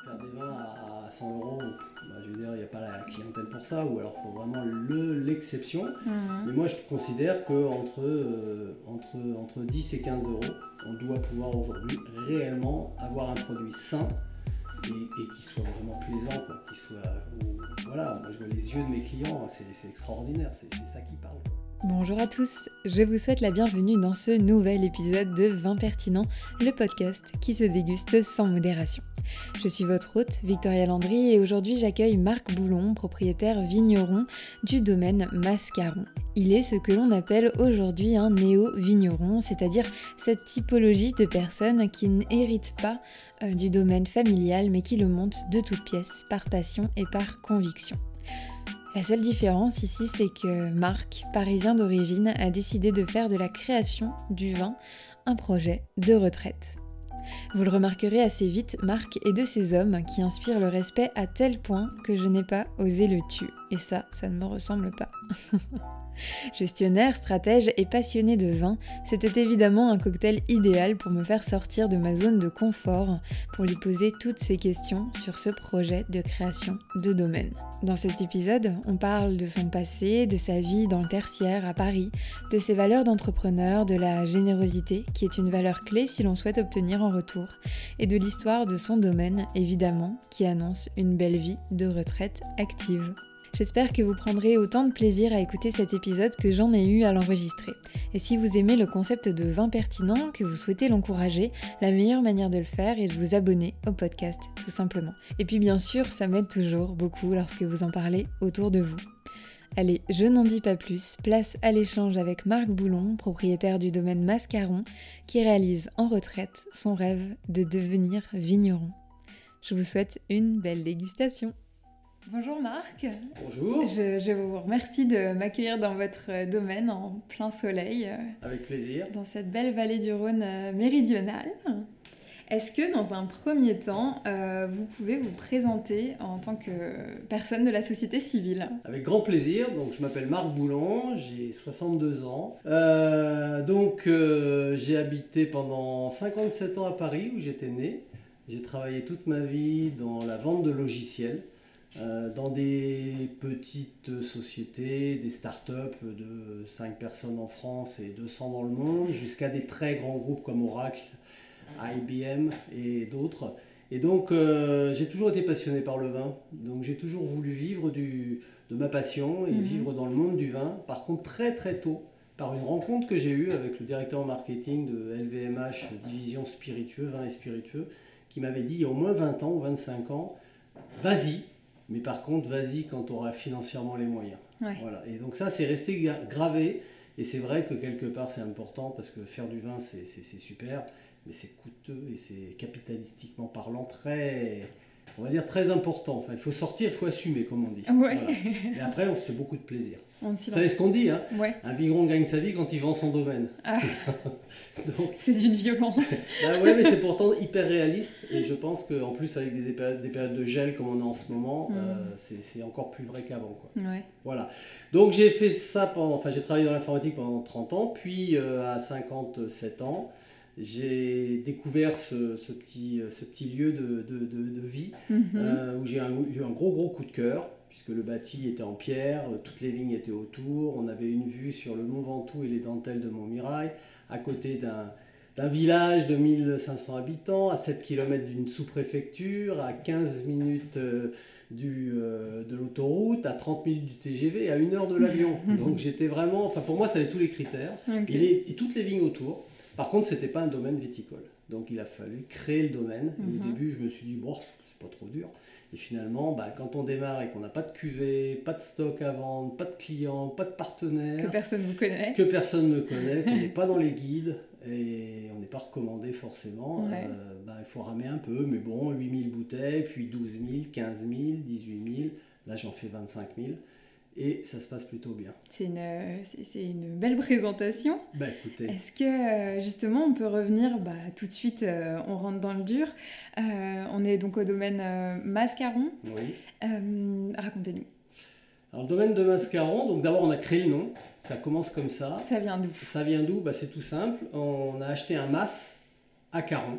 Faire des vins à 100 euros, je veux dire, il n'y a pas la clientèle pour ça, ou alors pour vraiment l'exception. Mais moi, je considère qu'entre entre 10 et 15 euros, on doit pouvoir aujourd'hui réellement avoir un produit sain et qui soit vraiment plaisant, quoi. Qui soit, voilà, moi je vois les yeux de mes clients, c'est extraordinaire, c'est ça qui parle. Bonjour à tous, je vous souhaite la bienvenue dans ce nouvel épisode de Vin Pertinent, le podcast qui se déguste sans modération. Je suis votre hôte, Victoria Landry, et aujourd'hui j'accueille Marc Boulon, propriétaire vigneron du domaine Mascaron. Il est ce que l'on appelle aujourd'hui un néo-vigneron, c'est-à-dire cette typologie de personnes qui n'héritent pas du domaine familial, mais qui le montent de toutes pièces, par passion et par conviction. La seule différence ici, c'est que Marc, parisien d'origine, a décidé de faire de la création du vin un projet de retraite. Vous le remarquerez assez vite, Marc est de ces hommes qui inspirent le respect à tel point que je n'ai pas osé le tuer. Et ça ne me ressemble pas. Gestionnaire, stratège et passionné de vin, c'était évidemment un cocktail idéal pour me faire sortir de ma zone de confort, pour lui poser toutes ces questions sur ce projet de création de domaine. Dans cet épisode, on parle de son passé, de sa vie dans le tertiaire à Paris, de ses valeurs d'entrepreneur, de la générosité, qui est une valeur clé si l'on souhaite obtenir en retour, et de l'histoire de son domaine, évidemment, qui annonce une belle vie de retraite active. J'espère que vous prendrez autant de plaisir à écouter cet épisode que j'en ai eu à l'enregistrer. Et si vous aimez le concept de vin pertinent, que vous souhaitez l'encourager, la meilleure manière de le faire est de vous abonner au podcast, tout simplement. Et puis bien sûr, ça m'aide toujours beaucoup lorsque vous en parlez autour de vous. Allez, je n'en dis pas plus, place à l'échange avec Marc Boulon, propriétaire du domaine Mascaron, qui réalise en retraite son rêve de devenir vigneron. Je vous souhaite une belle dégustation. Bonjour Marc. Bonjour. Je vous remercie de m'accueillir dans votre domaine en plein soleil. Avec plaisir. Dans cette belle vallée du Rhône méridionale. Est-ce que dans un premier temps, vous pouvez vous présenter en tant que personne de la société civile ? Avec grand plaisir. Donc, je m'appelle Marc Boulon, j'ai 62 ans. J'ai habité pendant 57 ans à Paris où j'étais né. J'ai travaillé toute ma vie dans la vente de logiciels. Dans des petites sociétés, des startups de 5 personnes en France et 200 dans le monde, jusqu'à des très grands groupes comme Oracle, IBM et d'autres. Et donc, j'ai toujours été passionné par le vin. Donc, j'ai toujours voulu vivre de ma passion et vivre dans le monde du vin. Par contre, très très tôt, par une rencontre que j'ai eue avec le directeur marketing de LVMH, division spiritueux, vin et spiritueux, qui m'avait dit il y a au moins 20 ans ou 25 ans, vas-y. Mais par contre, vas-y quand tu auras financièrement les moyens. Ouais. Voilà. Et donc ça, c'est resté gravé. Et c'est vrai que quelque part, c'est important parce que faire du vin, c'est super. Mais c'est coûteux et c'est capitalistiquement parlant on va dire très important. Enfin, il faut sortir, il faut assumer, comme on dit. Ouais. Voilà. Et après, on se fait beaucoup de plaisir. Vous savez ce qu'on dit, hein ? Ouais. Un vigneron gagne sa vie quand il vend son domaine. Ah. Donc, c'est d'une violence. Oui, mais c'est pourtant hyper réaliste. Et je pense qu'en plus, avec des périodes de gel comme on a en ce moment, c'est encore plus vrai qu'avant, quoi. Ouais. Voilà. Donc j'ai fait ça j'ai travaillé dans l'informatique pendant 30 ans. Puis à 57 ans, j'ai découvert ce petit lieu de vie où j'ai eu un gros coup de cœur, puisque le bâti était en pierre, toutes les vignes étaient autour, on avait une vue sur le Mont Ventoux et les dentelles de Montmirail, à côté d'un village de 1500 habitants, à 7 km d'une sous-préfecture, à 15 minutes de l'autoroute, à 30 minutes du TGV et à 1 heure de l'avion. Donc j'étais vraiment, pour moi ça avait tous les critères, okay. Et toutes les vignes autour. Par contre, c'était pas un domaine viticole. Donc il a fallu créer le domaine. Et au début, je me suis dit, bon, c'est pas trop dur. Et finalement, quand on démarre et qu'on n'a pas de cuvée, pas de stock à vendre, pas de clients, pas de partenaires... Que personne ne me connaît, qu'on n'est pas dans les guides et on n'est pas recommandé forcément. Ouais. Il faut ramer un peu, mais bon, 8000 bouteilles, puis 12 000, 15 000, 18 000. Là, j'en fais 25 000. Et ça se passe plutôt bien. C'est une belle présentation. Écoutez. Est-ce que justement on peut revenir tout de suite, on rentre dans le dur. On est donc au domaine Mascaron. Oui. Racontez-nous. Alors le domaine de Mascaron, donc d'abord on a créé le nom, ça commence comme ça. Ça vient d'où ? C'est tout simple, on a acheté un mas à Caron.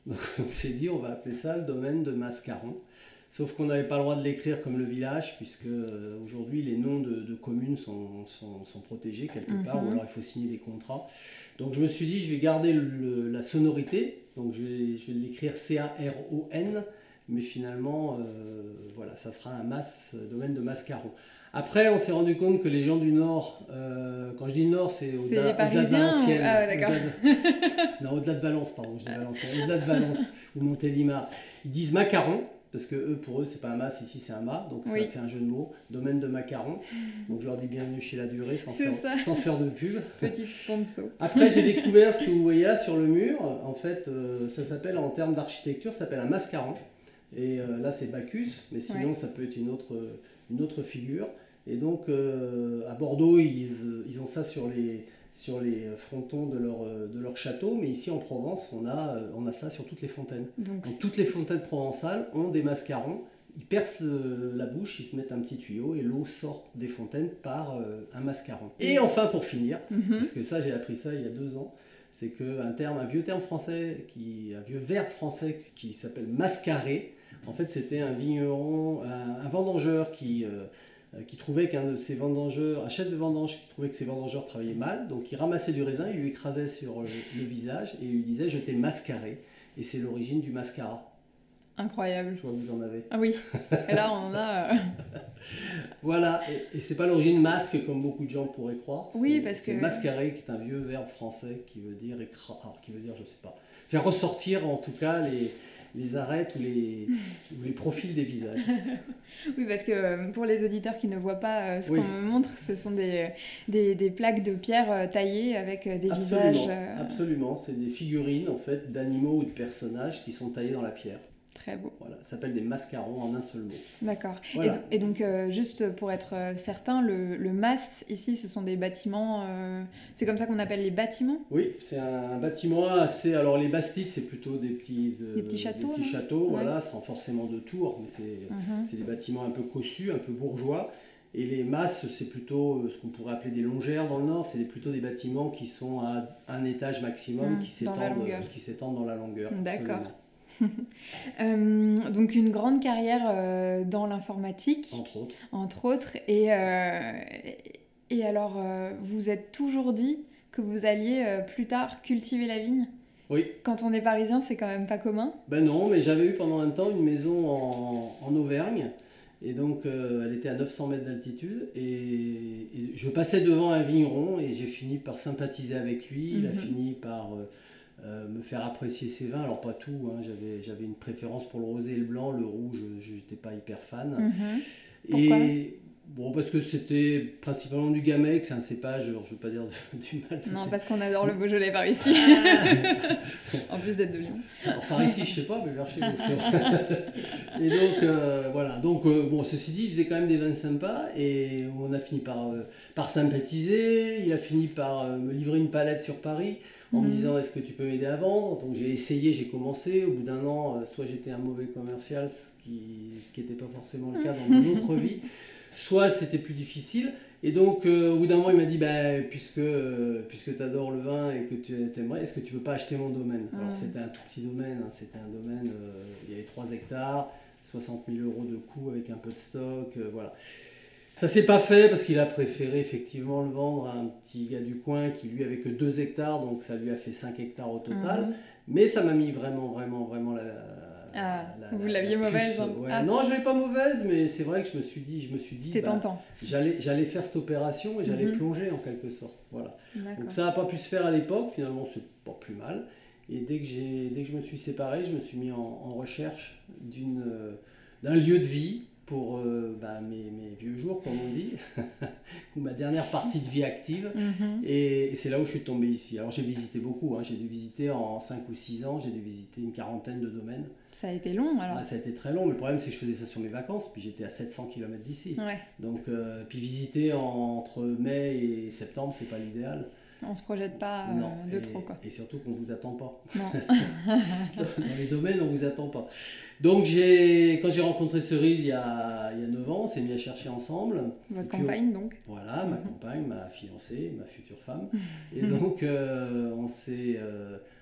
Donc on s'est dit, on va appeler ça le domaine de Mascaron. Sauf qu'on n'avait pas le droit de l'écrire comme le village, puisque aujourd'hui les noms de communes sont protégés quelque part, ou alors il faut signer des contrats. Donc je me suis dit, je vais garder la sonorité, donc je vais l'écrire C-A-R-O-N, mais finalement, voilà, ça sera un domaine de Mascaron. Après, on s'est rendu compte que les gens du Nord, quand je dis Nord, c'est au-delà de Valenciennes. Ah ouais, d'accord. Non, au-delà de Valence, pardon, je dis Valenciennes. Au-delà de Valence, ou Montélimar. Ils disent macaron, parce que pour eux, c'est pas un mas, ici c'est un mât, donc ça fait un jeu de mots. Domaine de macaron. Donc je leur dis bienvenue chez La Durée, sans faire de pub. Petite sponsor. Après, j'ai découvert ce que vous voyez là sur le mur. En fait, ça s'appelle, en termes d'architecture, ça s'appelle un mascaron. Et là, c'est Bacchus, mais sinon, ça peut être une autre figure. Et donc, à Bordeaux, ils ont ça sur les frontons de leur château, mais ici en Provence, on a ça sur toutes les fontaines. Donc toutes les fontaines provençales ont des mascarons. Ils percent la bouche, ils se mettent un petit tuyau et l'eau sort des fontaines par un mascaron. Et enfin, pour finir, parce que ça, j'ai appris ça il y a 2 ans, c'est qu'un vieux terme français, un vieux verbe français qui s'appelle mascarer, en fait, c'était un vigneron, un vendangeur qui trouvait qu'un de ses vendangeurs, un chef de vendange qui trouvait que ses vendangeurs travaillaient mal, donc il ramassait du raisin, il lui écrasait sur le visage et il lui disait « je t'ai mascaré ». Et c'est l'origine du mascara. Incroyable. Je vois que vous en avez. Ah oui, et là on en a... Voilà, et c'est pas l'origine masque comme beaucoup de gens pourraient croire. Oui, parce que... C'est mascarer qui est un vieux verbe français qui veut dire je sais pas, faire ressortir en tout cas les arêtes ou les profils des visages. Oui, parce que pour les auditeurs qui ne voient pas ce qu'on me montre, ce sont des plaques de pierre taillées avec des visages... Absolument, c'est des figurines en fait d'animaux ou de personnages qui sont taillés dans la pierre. Très beau. Voilà, ça s'appelle des mascarons en un seul mot. D'accord. Voilà. Et donc, juste pour être certain, le mas, ici, ce sont des bâtiments... c'est comme ça qu'on appelle les bâtiments ? Oui, c'est un bâtiment assez... Alors, les bastides, c'est plutôt des petits châteaux. Des petits châteaux, voilà, sans forcément de tours, mais c'est des bâtiments un peu cossus, un peu bourgeois. Et les masses, c'est plutôt ce qu'on pourrait appeler des longères dans le Nord. C'est plutôt des bâtiments qui sont à un étage maximum, qui s'étendent dans la longueur. D'accord. Donc une grande carrière dans l'informatique, entre autres. Et alors, vous êtes toujours dit que vous alliez plus tard cultiver la vigne ? Oui. Quand on est parisien, c'est quand même pas commun ? Ben non, mais j'avais eu pendant un temps une maison en Auvergne. Et donc, elle était à 900 mètres d'altitude. Et je passais devant un vigneron et j'ai fini par sympathiser avec lui. Il a fini par... me faire apprécier ses vins, alors pas tout, hein. J'avais une préférence pour le rosé et le blanc, le rouge je n'étais pas hyper fan. Pourquoi ? Bon, parce que c'était principalement du Gamay, c'est un cépage, alors je ne veux pas dire du mal. Non, parce qu'on adore le Beaujolais par ici. En plus d'être de Lyon. Alors par ici, je ne sais pas, mais vers chez vous. Et donc, voilà. Donc, bon, ceci dit, il faisait quand même des vins sympas et on a fini par sympathiser. Il a fini par me livrer une palette sur Paris en me disant est-ce que tu peux m'aider à vendre. Donc j'ai essayé, j'ai commencé. Au bout d'un an, soit j'étais un mauvais commercial, ce qui n'était pas forcément le cas dans mon autre vie, soit c'était plus difficile. Et donc au bout d'un moment, il m'a dit puisque tu adores le vin et que tu aimerais, est-ce que tu veux pas acheter mon domaine ? Alors c'était un tout petit domaine, hein, c'était un domaine, il y avait 3 hectares, 60 000 € de coût avec un peu de stock, voilà. Ça s'est pas fait parce qu'il a préféré effectivement le vendre à un petit gars du coin qui lui avait que 2 hectares, donc ça lui a fait 5 hectares au total. Mais ça m'a mis vraiment vous l'aviez mauvaise, hein. Ouais. Non, je l'avais pas mauvaise, mais c'est vrai que je me suis dit c'était tentant. J'allais faire cette opération et j'allais plonger en quelque sorte. Voilà. Donc ça n'a pas pu se faire à l'époque, finalement c'est pas plus mal. Et dès que je me suis séparé, je me suis mis en recherche d'un lieu de vie pour mes vieux jours, comme on dit, ou ma dernière partie de vie active. Et c'est là où je suis tombé ici. Alors j'ai visité beaucoup, hein. J'ai dû visiter en 5 ou 6 ans, j'ai dû visiter une quarantaine de domaines. Ça a été long alors ? Ça a été très long, mais le problème c'est que je faisais ça sur mes vacances, puis j'étais à 700 km d'ici. Ouais. Donc, puis visiter entre mai et septembre, c'est pas l'idéal. On se projette pas trop, quoi. Et surtout qu'on vous attend pas. Non. Dans les domaines, on vous attend pas. Donc quand j'ai rencontré Cerise il y a 9 ans, on s'est mis à chercher ensemble. Votre compagne donc ? Voilà, ma compagne, ma fiancée, ma future femme. Et donc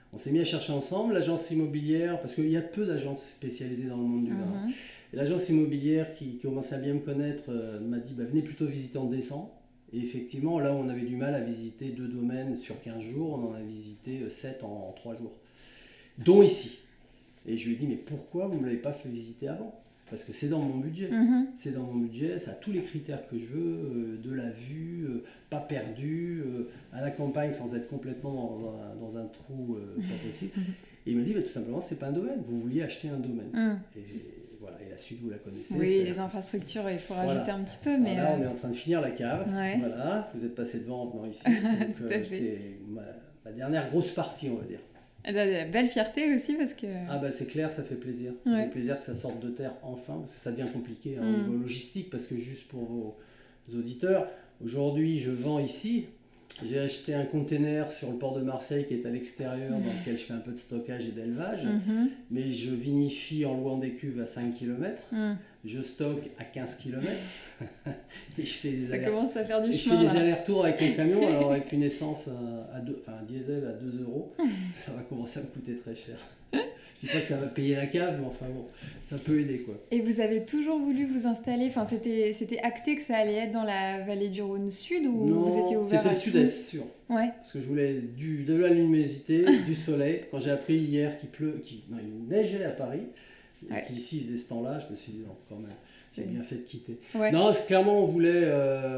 On s'est mis à chercher ensemble, l'agence immobilière, parce qu'il y a peu d'agences spécialisées dans le monde du vin. Et l'agence immobilière qui commençait à bien me connaître m'a dit venez plutôt visiter en décembre. Et effectivement, là où on avait du mal à visiter 2 domaines sur 15 jours, on en a visité 7 en 3 jours, dont ici. Et je lui ai dit mais pourquoi vous ne me l'avez pas fait visiter avant ? Parce que c'est dans mon budget. C'est dans mon budget, ça a tous les critères que je veux, de la vue, pas perdu, à la campagne sans être complètement dans un trou pas possible. Et il m'a dit tout simplement, c'est pas un domaine, vous vouliez acheter un domaine. Et voilà, et la suite vous la connaissez. Oui, les infrastructures, il faut rajouter un petit peu. Mais on est en train de finir la cave. Ouais. Voilà, vous êtes passé devant en venant ici. Donc, c'est ma dernière grosse partie, on va dire. Elle a la belle fierté aussi parce que... Ah c'est clair, ça fait plaisir. Ça fait plaisir que ça sorte de terre enfin, parce que ça devient compliqué au niveau logistique, parce que juste pour vos auditeurs, aujourd'hui je vends ici, j'ai acheté un container sur le port de Marseille qui est à l'extérieur, dans lequel je fais un peu de stockage et d'élevage, mais je vinifie en louant des cuves à 5 km, je stocke à 15 km, et je fais des commence à faire du chemin. Je fais des allers-retours avec mon camion, alors avec une essence un diesel à 2 €, ça va commencer à me coûter très cher. Je dis pas que ça va payer la cave, mais enfin bon, ça peut aider quoi. Et vous avez toujours voulu vous installer, enfin c'était acté que ça allait être dans la vallée du Rhône Sud ou non, vous étiez ouvert à tout ? C'était le sud-est sûr. Ouais. Parce que je voulais de la luminosité, du soleil. Quand j'ai appris hier il neigeait à Paris, et qu'ici il faisait ce temps-là, je me suis dit non quand même. J'ai bien fait de quitter. Ouais. Non, clairement, on voulait...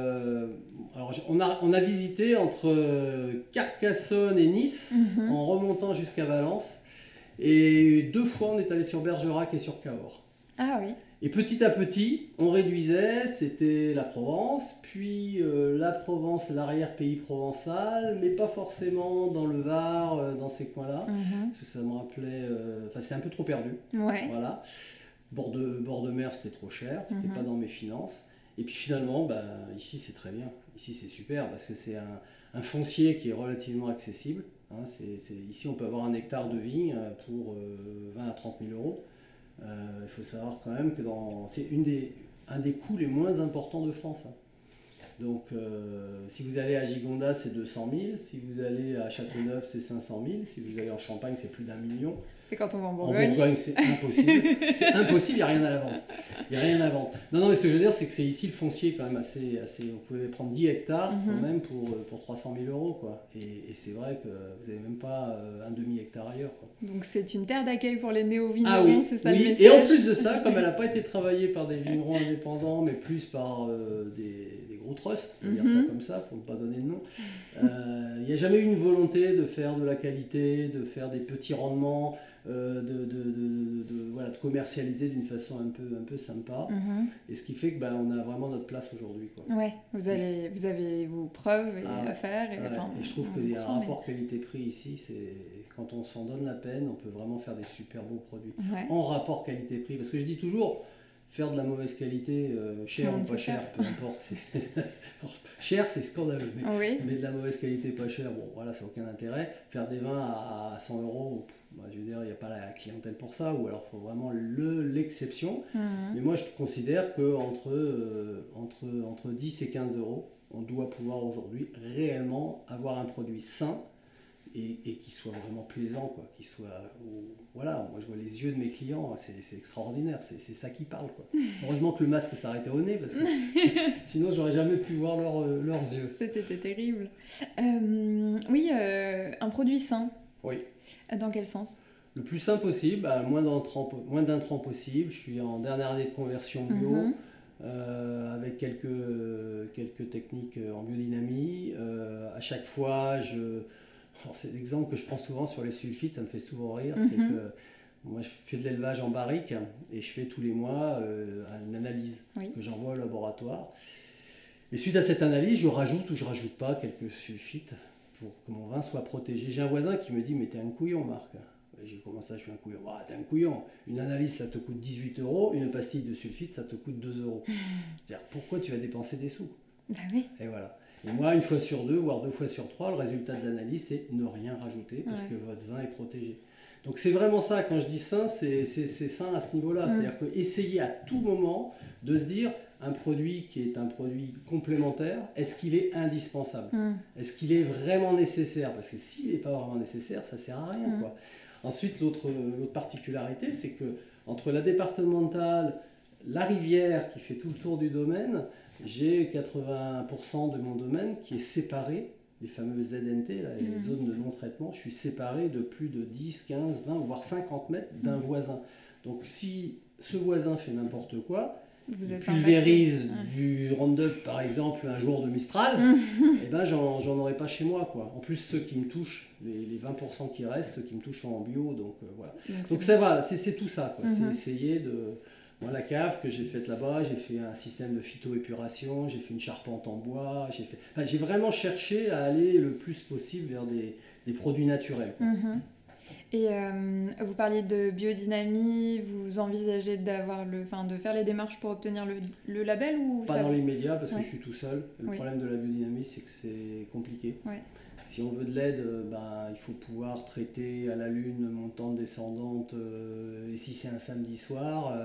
alors, on a visité entre Carcassonne et Nice, en remontant jusqu'à Valence. Et 2 fois, on est allé sur Bergerac et sur Cahors. Ah oui. Et petit à petit, on réduisait. C'était la Provence, puis la Provence, l'arrière-pays provençal, mais pas forcément dans le Var, dans ces coins-là. Parce que ça me rappelait... c'est un peu trop perdu. Ouais. Voilà. Bord de mer, c'était trop cher, c'était pas dans mes finances. Et puis finalement, ici c'est très bien, ici c'est super parce que c'est un foncier qui est relativement accessible. Hein, ici on peut avoir 1 hectare de vigne pour 20 à 30 000 euros. Il faut savoir quand même que c'est un des coûts les moins importants de France. Hein. Donc si vous allez à Gigondas, c'est 200 000, si vous allez à Châteauneuf, c'est 500 000, si vous allez en Champagne, c'est plus d'1 million. Et quand on va en Bourgogne, c'est impossible. C'est impossible, il n'y a rien à la vente. Il n'y a rien à vendre. Non, mais ce que je veux dire, c'est que c'est ici le foncier quand même assez vous pouvez prendre 10 hectares quand même pour 300 000 euros. Quoi. Et c'est vrai que vous n'avez même pas un demi-hectare ailleurs. Quoi. Donc c'est une terre d'accueil pour les néo-vignerons, c'est ça le message. Et en plus de ça, comme elle n'a pas été travaillée par des vignerons indépendants, mais plus par des gros trusts, on va dire ça comme ça, pour ne pas donner de nom, il n'y a jamais eu une volonté de faire de la qualité, de faire des petits rendements, de commercialiser d'une façon un peu sympa. Et ce qui fait que on a vraiment notre place aujourd'hui. Quoi. Ouais, vous avez vos preuves à faire. Et je trouve qu'il y a un rapport qualité-prix ici, quand on s'en donne la peine, on peut vraiment faire des super beaux produits. Ouais. En rapport qualité-prix, parce que je dis toujours, faire de la mauvaise qualité, cher ou pas cher, peu importe. Cher, c'est scandaleux, mais de la mauvaise qualité, pas cher, bon, voilà, ça n'a aucun intérêt. Faire des vins à 100 €, je veux dire, il n'y a pas la clientèle pour ça, ou alors il faut vraiment l'exception. Mais moi, je considère qu'entre 10 et 15 €, on doit pouvoir aujourd'hui réellement avoir un produit sain et qui soit vraiment plaisant, quoi. Qui soit, voilà, moi je vois les yeux de mes clients, c'est extraordinaire, c'est ça qui parle, quoi. Heureusement que le masque s'arrêtait au nez, parce que sinon j'aurais jamais pu voir leurs yeux. C'était terrible. Un produit sain. Oui. Dans quel sens ? Le plus sain possible, moins d'intrants possible. Je suis en dernière année de conversion bio, avec quelques techniques en biodynamie. À chaque fois, c'est l'exemple que je prends souvent sur les sulfites, ça me fait souvent rire. C'est que moi, je fais de l'élevage en barrique et je fais tous les mois une analyse que j'envoie au laboratoire. Et suite à cette analyse, je rajoute ou je rajoute pas quelques sulfites pour que mon vin soit protégé. J'ai un voisin qui me dit « mais t'es un couillon, Marc ». J'ai dit « comment ça, je suis un couillon ?»« Ah, t'es un couillon. Une analyse, ça te coûte 18 €, une pastille de sulfite, ça te coûte 2 €. » C'est-à-dire, pourquoi tu vas dépenser des sous ? Oui. Et voilà. Et moi, 1 fois sur 2, voire 2 fois sur 3, le résultat de l'analyse, c'est ne rien rajouter parce que votre vin est protégé. Donc c'est vraiment ça, quand je dis sain, c'est sain à ce niveau-là. C'est-à-dire qu'essayer à tout moment de se dire, un produit qui est un produit complémentaire, est-ce qu'il est indispensable? Est-ce qu'il est vraiment nécessaire? Parce que s'il n'est pas vraiment nécessaire, ça ne sert à rien, quoi. Ensuite, l'autre particularité, c'est que entre la départementale, la rivière qui fait tout le tour du domaine, j'ai 80% de mon domaine qui est séparé, les fameuses ZNT, là, les zones de non-traitement, je suis séparé de plus de 10, 15, 20, voire 50 mètres d'un voisin. Donc si ce voisin fait n'importe quoi, il pulvérise du Roundup par exemple un jour de Mistral, et ben j'en aurai pas chez moi, quoi. En plus ceux qui me touchent, les 20% qui restent, ceux qui me touchent sont en bio, donc voilà. Donc ça va, c'est tout ça, quoi. C'est essayer de... Moi, la cave que j'ai faite là-bas, j'ai fait un système de phytoépuration, j'ai fait une charpente en bois, j'ai vraiment cherché à aller le plus possible vers des produits naturels, quoi. Et vous parliez de biodynamie, vous envisagez de faire les démarches pour obtenir le label ou Pas dans l'immédiat parce que je suis tout seul. Le Oui. problème de la biodynamie, c'est que c'est compliqué. Ouais. Si on veut de l'aide, il faut pouvoir traiter à la lune montante, descendante, et si c'est un samedi soir,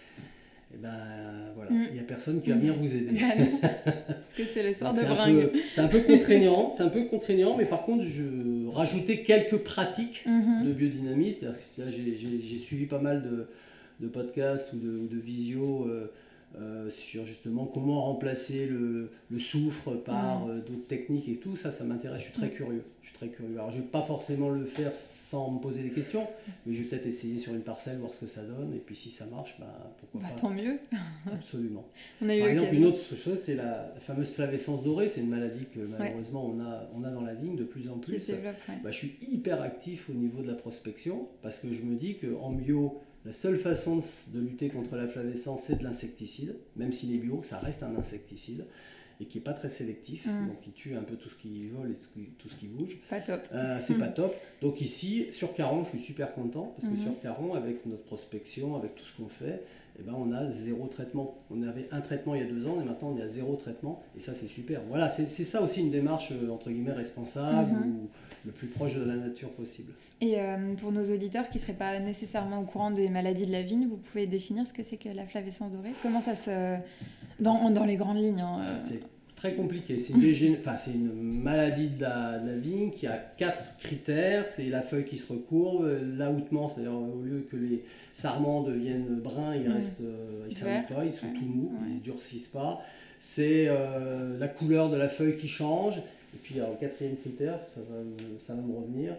voilà, il n'y a personne qui va venir vous aider. Parce que c'est l'essor de bringue. C'est un peu contraignant, mais par contre, je rajoutais quelques pratiques de biodynamie. C'est-à-dire que j'ai suivi pas mal de podcasts ou de visios sur justement comment remplacer le soufre par d'autres techniques et tout. Ça m'intéresse, je suis très curieux. Alors, je ne vais pas forcément le faire sans me poser des questions, mais je vais peut-être essayer sur une parcelle, voir ce que ça donne, et puis si ça marche, pourquoi pas. Tant mieux. Absolument. On a eu par exemple, une autre chose, c'est la fameuse flavescence dorée. C'est une maladie que malheureusement on a dans la vigne de plus en plus. Qui se développe, je suis hyper actif au niveau de la prospection, parce que je me dis qu'en bio, la seule façon de lutter contre la flavescence, c'est de l'insecticide. Même s'il est bio, ça reste un insecticide. Et qui n'est pas très sélectif, donc il tue un peu tout ce qui vole et tout ce qui bouge. Pas top. C'est pas top. Donc ici, sur Caron, je suis super content, parce que sur Caron, avec notre prospection, avec tout ce qu'on fait, on a 0 traitement. On avait un traitement il y a 2 ans, et maintenant on est à 0 traitement, et ça c'est super. Voilà, c'est ça aussi une démarche, entre guillemets, responsable, ou le plus proche de la nature possible. Et pour nos auditeurs qui ne seraient pas nécessairement au courant des maladies de la vigne, vous pouvez définir ce que c'est que la flavescence dorée? Comment ça se... Dans les grandes lignes. C'est très compliqué. C'est une maladie de la vigne qui a 4 critères. C'est la feuille qui se recourbe, l'ahoutement, c'est-à-dire au lieu que les sarments deviennent bruns, ils s'ahoutent pas, ils sont tout mous, ils ne se durcissent pas. C'est la couleur de la feuille qui change. Et puis alors, le 4e critère, ça va me revenir.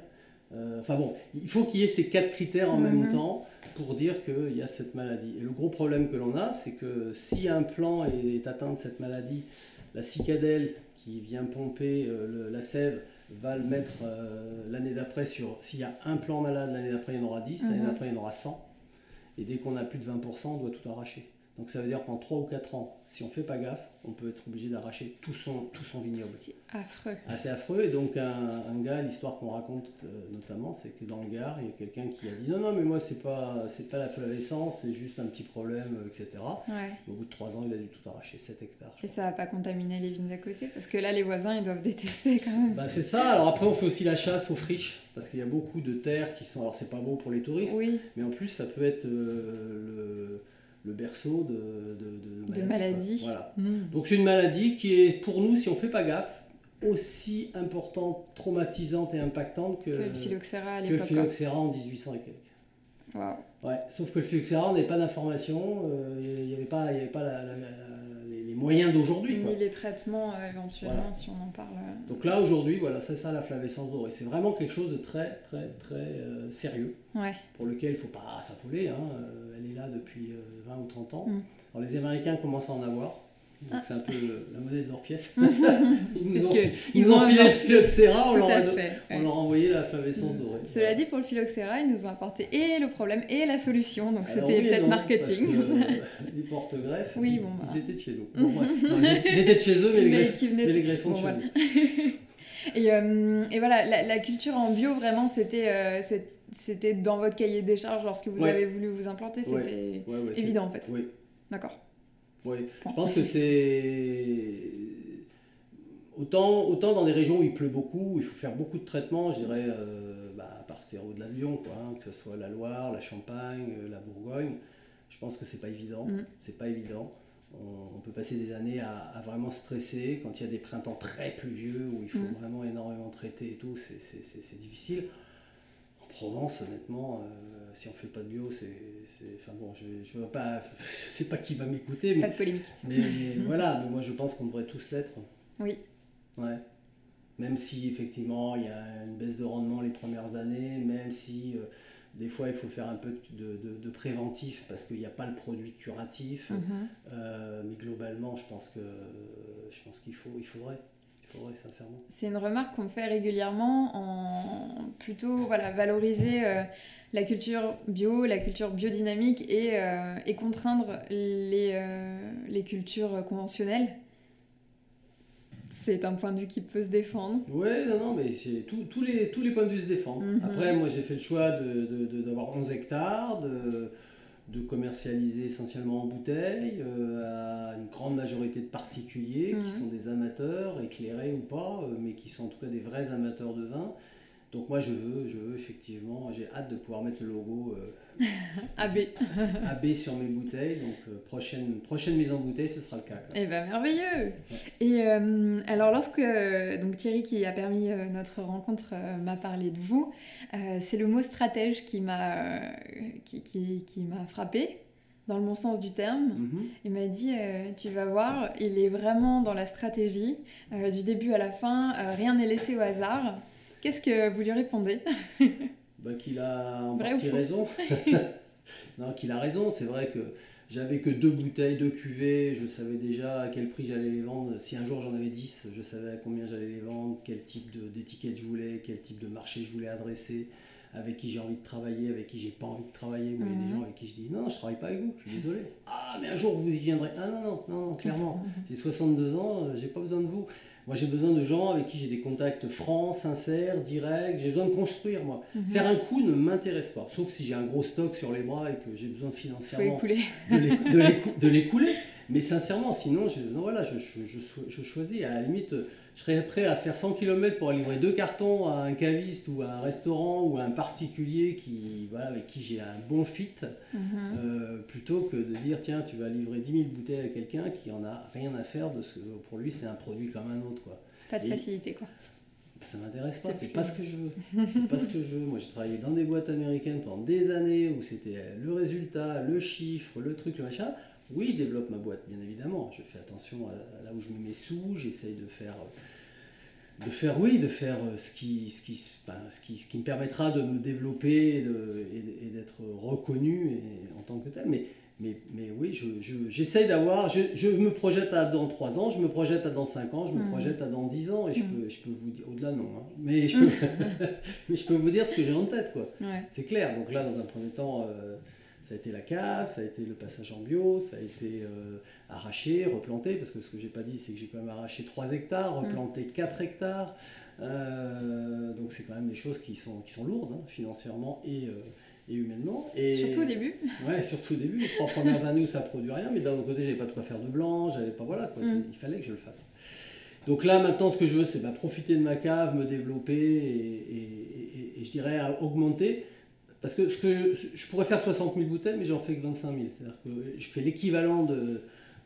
Il faut qu'il y ait ces 4 critères en même temps pour dire qu'il y a cette maladie. Et le gros problème que l'on a, c'est que si un plant est atteint de cette maladie, la cicadelle qui vient pomper la sève va le mettre l'année d'après s'il y a un plant malade, l'année d'après il y en aura 10, l'année d'après il y en aura 100. Et dès qu'on a plus de 20%, on doit tout arracher. Donc ça veut dire qu'en 3 ou 4 ans, si on ne fait pas gaffe, on peut être obligé d'arracher tout son vignoble. C'est affreux. C'est affreux. Et donc un gars, l'histoire qu'on raconte notamment, c'est que dans le Gard, il y a quelqu'un qui a dit non mais moi c'est pas la flavescence, c'est juste un petit problème, etc. Au bout de 3 ans, il a dû tout arracher, 7 hectares. Et ça va pas contaminer les vignes d'à côté? Parce que là, les voisins, ils doivent détester quand même. C'est ça. Alors après, on fait aussi la chasse aux friches, parce qu'il y a beaucoup de terres qui sont... Alors c'est pas beau pour les touristes, mais en plus ça peut être le berceau de maladies. Voilà. Donc c'est une maladie qui est, pour nous, si on ne fait pas gaffe, aussi importante, traumatisante et impactante que le phylloxéra à l'époque. Que le phylloxéra en 1800 et quelques. Wow. Ouais, sauf que le phylloxéra, on n'avait pas d'informations, il n'y avait pas les moyens d'aujourd'hui. Ni les traitements éventuellement, si on en parle. Donc là, aujourd'hui, c'est ça la flavescence dorée. C'est vraiment quelque chose de très, très, très sérieux, pour lequel il ne faut pas s'affoler. Elle est là depuis 20 ou 30 ans. Alors les Américains commencent à en avoir. Donc c'est un peu la monnaie de leur pièce. Ils nous ont filé le phylloxéra, on leur a envoyé la flavescence dorée. Cela dit, pour le phylloxéra, ils nous ont apporté et le problème et la solution, donc c'était peut-être marketing. Les porte-greffes, ils étaient de chez nous. Ils étaient de chez eux, mais les greffons de chez nous. Et voilà, la culture en bio, vraiment, c'était dans votre cahier des charges lorsque vous avez voulu vous implanter, c'était évident en fait. Oui. D'accord. Oui, je pense que c'est autant dans des régions où il pleut beaucoup, où il faut faire beaucoup de traitements, je dirais à partir de l'avion, que ce soit la Loire, la Champagne, la Bourgogne. Je pense que c'est pas évident. C'est pas évident. On peut passer des années à vraiment stresser. Quand il y a des printemps très pluvieux où il faut vraiment énormément traiter et tout, c'est difficile. En Provence, honnêtement, si on ne fait pas de bio, enfin bon, je vois pas, je sais pas qui va m'écouter. Pas de polémique. Mais voilà, mais moi je pense qu'on devrait tous l'être. Oui. Ouais. Même si effectivement il y a une baisse de rendement les premières années, même si des fois il faut faire un peu de préventif parce qu'il n'y a pas le produit curatif, mais globalement je pense qu'il faudrait sincèrement. C'est une remarque qu'on fait régulièrement en plutôt valoriser la culture bio, la culture biodynamique et contraindre les cultures conventionnelles. C'est un point de vue qui peut se défendre. Oui, non, mais tous les points de vue se défendent. Après, moi, j'ai fait le choix d'avoir 11 hectares, de commercialiser essentiellement en bouteille, à une grande majorité de particuliers qui sont des amateurs, éclairés ou pas, mais qui sont en tout cas des vrais amateurs de vin. Donc moi, je veux effectivement, j'ai hâte de pouvoir mettre le logo AB sur mes bouteilles. Donc prochaine mise en bouteille, ce sera le cas. Eh ben merveilleux. Ouais. Et alors lorsque donc Thierry qui a permis notre rencontre m'a parlé de vous, c'est le mot stratège qui m'a frappée. Dans le bon sens du terme, il m'a dit tu vas voir, il est vraiment dans la stratégie, du début à la fin, rien n'est laissé au hasard. Qu'est-ce que vous lui répondez? Qu'il a en partie raison. Non, qu'il a raison. C'est vrai que j'avais que 2 bouteilles, 2 cuvées. Je savais déjà à quel prix j'allais les vendre. Si un jour j'en avais 10, je savais à combien j'allais les vendre, quel type d'étiquette je voulais, quel type de marché je voulais adresser, avec qui j'ai envie de travailler, avec qui j'ai pas envie de travailler. Moi, il y a des gens avec qui je dis non, je travaille pas avec vous, je suis désolé. Ah, mais un jour vous y viendrez. Ah non, clairement. J'ai 62 ans, j'ai pas besoin de vous. Moi, j'ai besoin de gens avec qui j'ai des contacts francs, sincères, directs. J'ai besoin de construire, moi. Faire un coup ne m'intéresse pas. Sauf si j'ai un gros stock sur les bras et que j'ai besoin financièrement de l'écouler. Mais sincèrement, sinon, je choisis. À la limite, je serais prêt à faire 100 km pour aller livrer 2 cartons à un caviste ou à un restaurant ou à un particulier avec qui j'ai un bon fit, plutôt que de dire tiens, tu vas livrer 10 000 bouteilles à quelqu'un qui en a rien à faire de ce que pour lui c'est un produit comme un autre, quoi. Pas de facilité, quoi. Ça m'intéresse pas, c'est pas ce que je veux. C'est pas ce que je veux. Moi, j'ai travaillé dans des boîtes américaines pendant des années où c'était le résultat, le chiffre, le truc, le machin. Oui, je développe ma boîte, bien évidemment. Je fais attention à là où je mets mes sous. J'essaye de faire ce qui me permettra de me développer et d'être reconnu en tant que tel. Mais oui, j'essaye d'avoir. Je me projette à dans 3 ans, je me projette à dans 5 ans, je me projette à dans 10 ans. Et je peux vous dire, au-delà, non. Hein, mais je peux vous dire ce que j'ai en tête, quoi. Ouais. C'est clair. Donc là, dans un premier temps. Ça a été la cave, ça a été le passage en bio, ça a été arraché, replanté, parce que ce que j'ai pas dit, c'est que j'ai quand même arraché 3 hectares, replanté 4 hectares. Donc c'est quand même des choses qui sont lourdes, hein, financièrement et humainement. Et, surtout au début. Ouais, surtout au début, les 3 premières années où ça produit rien, mais d'un autre côté, j'avais pas de quoi faire de blanc, j'avais pas, voilà, quoi, il fallait que je le fasse. Donc là, maintenant, ce que je veux, c'est profiter de ma cave, me développer et je dirais augmenter. Parce que je pourrais faire 60 000 bouteilles, mais j'en fais que 25 000. C'est-à-dire que je fais l'équivalent de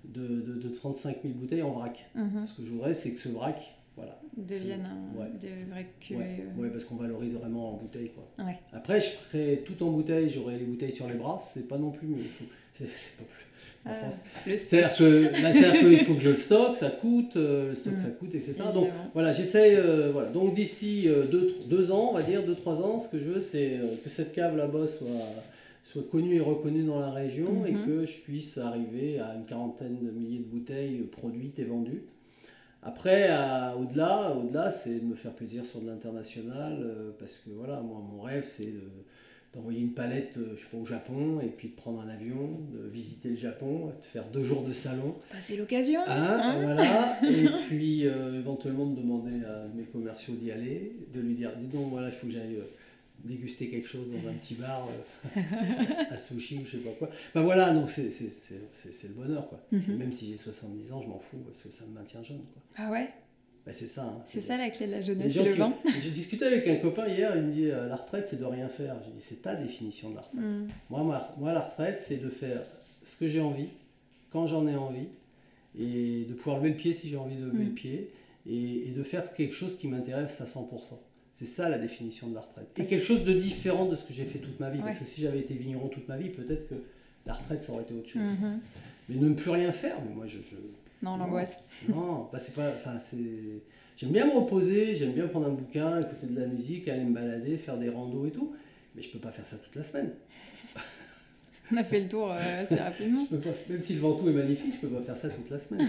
35 000 bouteilles en vrac. Ce que je voudrais, c'est que ce vrac devienne de vraies cuvées. Ouais, parce qu'on valorise vraiment en bouteille, quoi. Ouais. Après, je ferai tout en bouteille, j'aurai les bouteilles sur les bras. C'est pas non plus mieux. C'est pas plus. En France. C'est-à-dire qu'il faut que je le stocke, ça coûte, ça coûte, etc. Évidemment. Donc voilà, j'essaye, Donc d'ici 2 ans, on va dire, 2-3 ans, ce que je veux, c'est que cette cave là-bas soit connue et reconnue dans la région et que je puisse arriver à une 40aine de milliers de bouteilles produites et vendues. Après, au-delà, c'est de me faire plaisir sur de l'international, parce que voilà, moi, mon rêve, c'est d'envoyer une palette au Japon et puis de prendre un avion, de visiter le Japon, de faire 2 jours de salon. C'est l'occasion. Voilà. Et puis éventuellement de demander à mes commerciaux d'y aller, de lui dire dis donc, voilà, il faut que j'aille déguster quelque chose dans un petit bar à sushi ou je sais pas quoi. Enfin voilà, donc c'est le bonheur, quoi. Même si j'ai 70 ans, je m'en fous parce que ça me maintient jeune, quoi. Ah ouais. C'est ça. Hein, c'est ça la clé de la jeunesse, c'est le vin. J'ai discuté avec un copain hier, il me dit la retraite c'est de rien faire. J'ai dit c'est ta définition de la retraite. Moi la retraite c'est de faire ce que j'ai envie, quand j'en ai envie, et de pouvoir lever le pied si j'ai envie de lever le pied, et de faire quelque chose qui m'intéresse à 100%. C'est ça la définition de la retraite. Et quelque chose de différent de ce que j'ai fait toute ma vie. Parce que si j'avais été vigneron toute ma vie, peut-être que la retraite, ça aurait été autre chose. Mais ne plus rien faire, mais moi Non, l'angoisse. Non, bah c'est pas... Enfin, c'est... J'aime bien me reposer, j'aime bien prendre un bouquin, écouter de la musique, aller me balader, faire des randos et tout. Mais je peux pas faire ça toute la semaine. On a fait le tour assez rapidement. Je peux pas, même si le Ventoux est magnifique, je peux pas faire ça toute la semaine.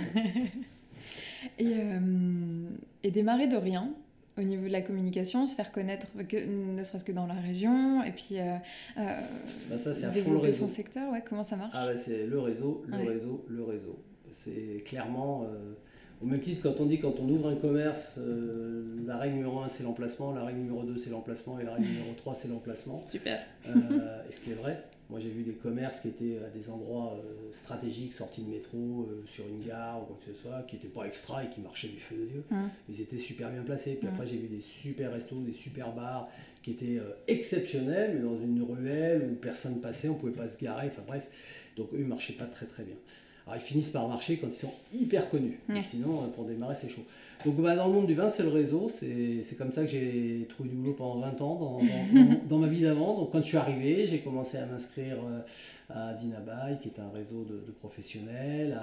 Et démarrer de rien, au niveau de la communication, se faire connaître, ne serait-ce que dans la région, et puis ça, c'est à fond le développer réseau. son secteur, comment ça marche? Ah ouais, c'est le réseau. C'est clairement... au même titre, quand on ouvre un commerce, la règle numéro 1, c'est l'emplacement, la règle numéro 2, c'est l'emplacement, et la règle numéro 3, c'est l'emplacement. Super. Et ce qui est vrai, moi j'ai vu des commerces qui étaient à des endroits stratégiques, sortis de métro, sur une gare ou quoi que ce soit, qui n'étaient pas extra et qui marchaient du feu de Dieu. Ils étaient super bien placés. Puis après, j'ai vu des super restos, des super bars qui étaient exceptionnels, mais dans une ruelle où personne passait, on ne pouvait pas se garer, enfin bref. Donc eux, ils ne marchaient pas très très bien. Alors ils finissent par marcher quand ils sont hyper connus. Mais sinon, pour démarrer, c'est chaud. Donc dans le monde du vin, c'est le réseau. C'est comme ça que j'ai trouvé du boulot pendant 20 ans dans ma vie d'avant. Donc quand je suis arrivé, j'ai commencé à m'inscrire à Dinabaye, qui est un réseau de professionnels,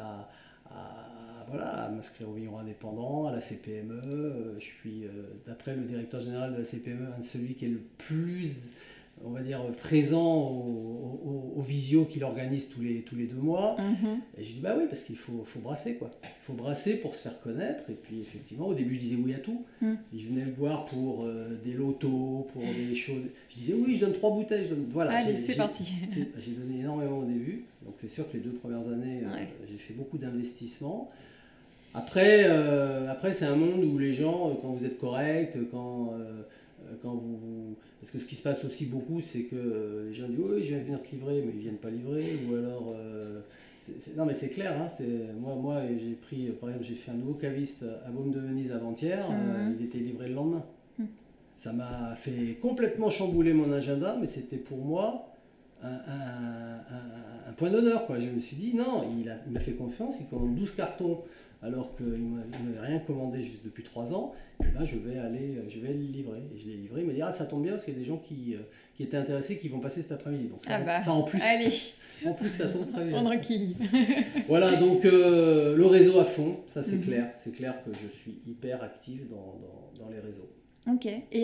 à m'inscrire au vigneron indépendant, à la CPME. Je suis, d'après le directeur général de la CPME, un de celui qui est le plus... on va dire, présent au visio qu'il organise tous les 2 mois. Et je dis, bah oui, parce qu'il faut brasser, quoi. Il faut brasser pour se faire connaître. Et puis, effectivement, au début, je disais oui à tout. Je venais me voir pour des lotos, pour des choses. Je disais, oui, je donne 3 bouteilles. Voilà, allez, c'est parti. J'ai donné énormément au début. Donc, c'est sûr que les 2 premières années, j'ai fait beaucoup d'investissements. Après, c'est un monde où les gens, quand vous êtes correct, quand vous... Parce que ce qui se passe aussi beaucoup, c'est que les gens disent oui, je vais venir te livrer, mais ils ne viennent pas livrer. Ou alors, non mais c'est clair, hein, moi j'ai pris, par exemple, j'ai fait un nouveau caviste à Baume de Venise avant-hier, il était livré le lendemain. Ça m'a fait complètement chambouler mon agenda, mais c'était pour moi un point d'honneur, quoi. Je me suis dit, non, il m'a fait confiance, il commande 12 cartons. Alors qu'il ne m'avait rien commandé juste depuis 3 ans, et ben je vais aller le livrer. Et je l'ai livré, il m'a dit, ah ça tombe bien parce qu'il y a des gens qui étaient intéressés qui vont passer cet après-midi. Donc ça en plus, allez. En plus ça tombe très bien. On requille. Voilà, donc le réseau à fond, ça c'est clair. C'est clair que je suis hyper active dans les réseaux. Ok, et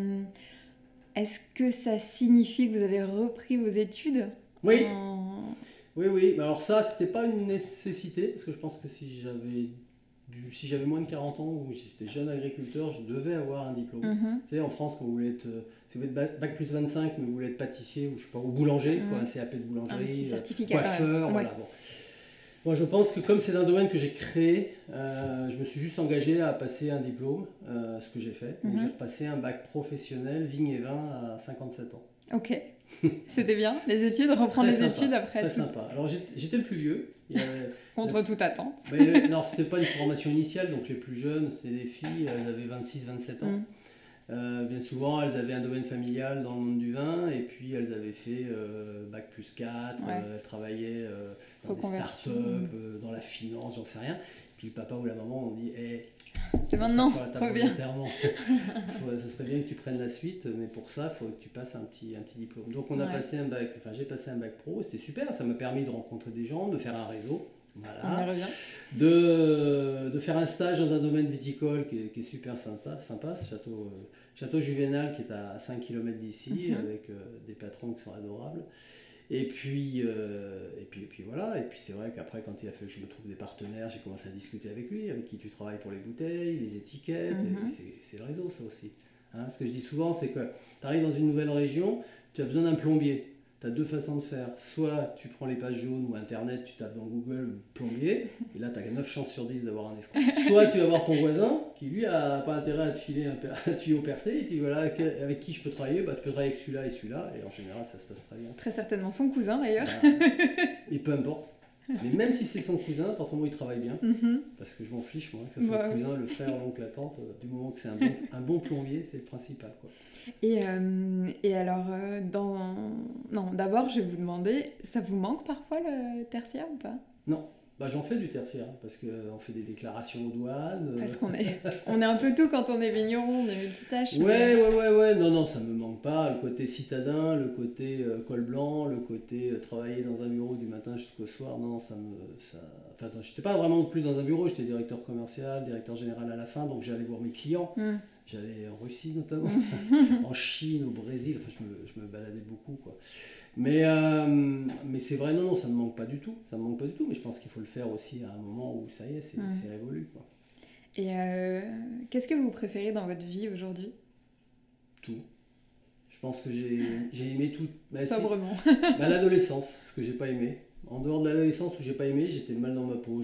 est-ce que ça signifie que vous avez repris vos études? Oui. Oui, alors ça, c'était pas une nécessité, parce que je pense que si j'avais moins de 40 ans ou si j'étais jeune agriculteur, je devais avoir un diplôme. Vous savez, en France, quand vous voulez être, si vous êtes bac plus 25, mais vous voulez être pâtissier ou je sais pas, ou boulanger, il faut un CAP de boulangerie, un petit certificat, coiffeur, voilà. Bon. Moi, je pense que comme c'est un domaine que j'ai créé, je me suis juste engagé à passer un diplôme, ce que j'ai fait. Donc j'ai repassé un bac professionnel, vigne et vin, à 57 ans. Ok. C'était bien, les études, reprendre les études après. Très sympa. Alors j'étais le plus vieux. Contre toute attente. Non, c'était pas une formation initiale, donc les plus jeunes, c'était des filles, elles avaient 26-27 ans. Bien souvent, elles avaient un domaine familial dans le monde du vin, et puis elles avaient fait bac plus 4, elles travaillaient dans des startups, dans la finance, j'en sais rien. Puis le papa ou la maman ont dit c'est maintenant, reviens. Ce serait bien que tu prennes la suite, mais pour ça, il faut que tu passes un petit diplôme. Donc on a passé un bac, j'ai passé un bac pro, c'était super, ça m'a permis de rencontrer des gens, de faire un réseau. Voilà. On y revient. De faire un stage dans un domaine viticole qui est super sympa, ce château Juvénal qui est à 5 km d'ici, avec des patrons qui sont adorables. Et puis voilà, et puis c'est vrai qu'après quand il a fallu que je me trouve des partenaires, j'ai commencé à discuter avec lui, avec qui tu travailles pour les bouteilles, les étiquettes, et c'est le réseau ça aussi. Hein, ce que je dis souvent c'est que tu arrives dans une nouvelle région, tu as besoin d'un plombier. Tu as 2 façons de faire, soit tu prends les pages jaunes ou internet, tu tapes dans Google plombier, et là tu as 9 chances sur 10 d'avoir un escroc. Soit tu vas voir ton voisin, qui lui a pas intérêt à te filer un tuyau percé, et tu dis voilà avec qui je peux travailler, tu peux travailler avec celui-là et celui-là, et en général ça se passe très bien. Très certainement son cousin d'ailleurs. Et peu importe. Mais même si c'est son cousin, à partir du moment où il travaille bien, parce que je m'en fiche moi, que ce soit le cousin, le frère, l'oncle, la tante, du moment que c'est un bon plombier, c'est le principal, quoi. Et alors, non, d'abord je vais vous demander, ça vous manque parfois le tertiaire ou pas? Non. J'en fais du tertiaire, parce qu'on fait des déclarations aux douanes. Parce qu'on est un peu tout quand on est vigneron, on est multitâche. Ouais. Non, ça me manque pas. Le côté citadin, le côté col blanc, le côté travailler dans un bureau du matin jusqu'au soir. Non, Enfin, j'étais pas vraiment plus dans un bureau, j'étais directeur commercial, directeur général à la fin, donc j'allais voir mes clients. J'allais en Russie notamment, en Chine, au Brésil, enfin je me baladais beaucoup, quoi. Mais c'est vrai, non, ça me manque pas du tout, mais je pense qu'il faut le faire aussi à un moment où ça y est, c'est révolu, quoi. Et qu'est-ce que vous préférez dans votre vie aujourd'hui ? Tout. Je pense que j'ai aimé tout. Sobrement. L'adolescence, ce que j'ai pas aimé. En dehors de l'adolescence où j'ai pas aimé, j'étais mal dans ma peau,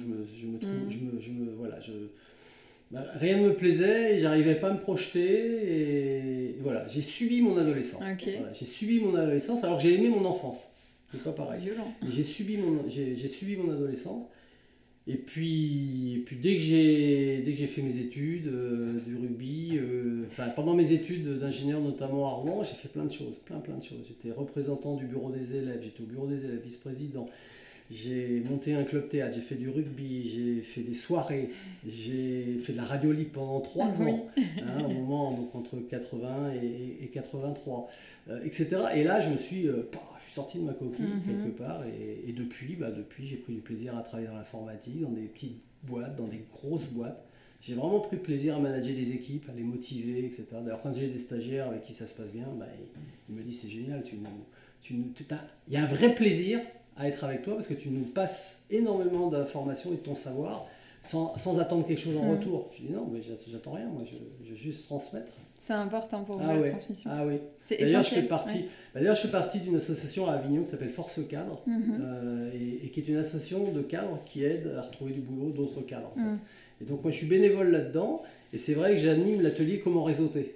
rien ne me plaisait et j'arrivais pas à me projeter et voilà, j'ai subi mon adolescence. Okay. Voilà, j'ai subi mon adolescence alors que j'ai aimé mon enfance. C'est pas pareil. Violent. Et j'ai subi mon adolescence et puis dès que j'ai fait mes études du rugby, pendant mes études d'ingénieur notamment à Rouen, j'ai fait plein de choses. J'étais représentant du bureau des élèves, j'étais au bureau des élèves, vice-président. J'ai monté un club théâtre, j'ai fait du rugby, j'ai fait des soirées, j'ai fait de la radio libre pendant 3 ans, au moment donc, entre 80 et 83, etc. Et là, je suis sorti de ma coquille quelque part et depuis, j'ai pris du plaisir à travailler dans l'informatique, dans des petites boîtes, dans des grosses boîtes. J'ai vraiment pris plaisir à manager les équipes, à les motiver, etc. D'ailleurs, quand j'ai des stagiaires avec qui ça se passe bien, ils me disent c'est génial, il y a un vrai plaisir à être avec toi parce que tu nous passes énormément d'informations et de ton savoir sans attendre quelque chose en retour. Je dis non, mais j'attends rien, moi je veux juste transmettre. C'est important pour vous la transmission. Ah oui. C'est D'ailleurs, essentiel. Je fais partie d'une association à Avignon qui s'appelle Force Cadre et qui est une association de cadres qui aide à retrouver du boulot d'autres cadres. En fait. Et donc moi je suis bénévole là-dedans et c'est vrai que j'anime l'atelier Comment réseauter.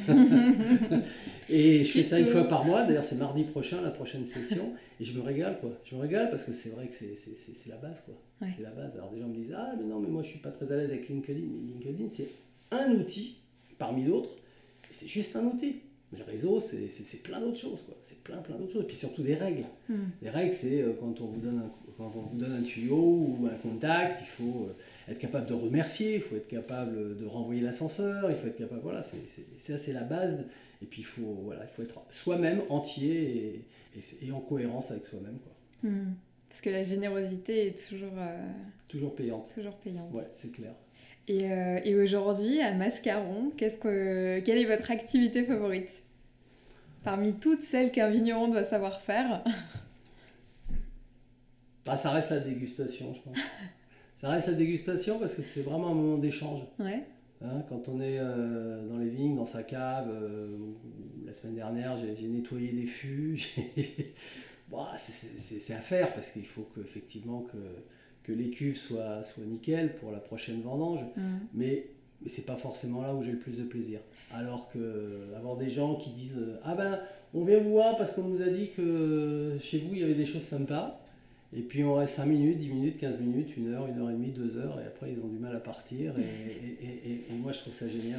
Et je fais ça une fois par mois, d'ailleurs c'est mardi prochain la prochaine session et je me régale quoi. Je me régale parce que c'est vrai que c'est la base quoi. Ouais. C'est la base. Alors des gens me disent ah mais non mais moi je suis pas très à l'aise avec LinkedIn. Mais LinkedIn c'est un outil parmi d'autres et c'est juste un outil. Mais le réseau c'est plein d'autres choses quoi. C'est plein d'autres choses et puis surtout des règles. Les règles c'est quand on vous donne un tuyau ou un contact, il faut être capable de remercier, il faut être capable de renvoyer l'ascenseur, il faut être capable, voilà, c'est assez la base. Et puis il faut être soi-même entier et en cohérence avec soi-même, quoi. Parce que la générosité est toujours payante. Toujours payante. Ouais, c'est clair. Et aujourd'hui, à Mascaron, quelle est votre activité favorite ? Parmi toutes celles qu'un vigneron doit savoir faire. Ça reste la dégustation, je pense. Ça reste la dégustation parce que c'est vraiment un moment d'échange. Ouais. Quand on est dans les vignes, dans sa cave, la semaine dernière, j'ai nettoyé des fûts. C'est à faire parce qu'il faut effectivement que les cuves soient nickel pour la prochaine vendange. Mais c'est pas forcément là où j'ai le plus de plaisir. Alors avoir des gens qui disent on vient vous voir parce qu'on nous a dit que chez vous il y avait des choses sympas. Et puis on reste 5 minutes, 10 minutes, 15 minutes, 1 heure, 1 heure et demie, 2 heures, et après ils ont du mal à partir. Et moi je trouve ça génial.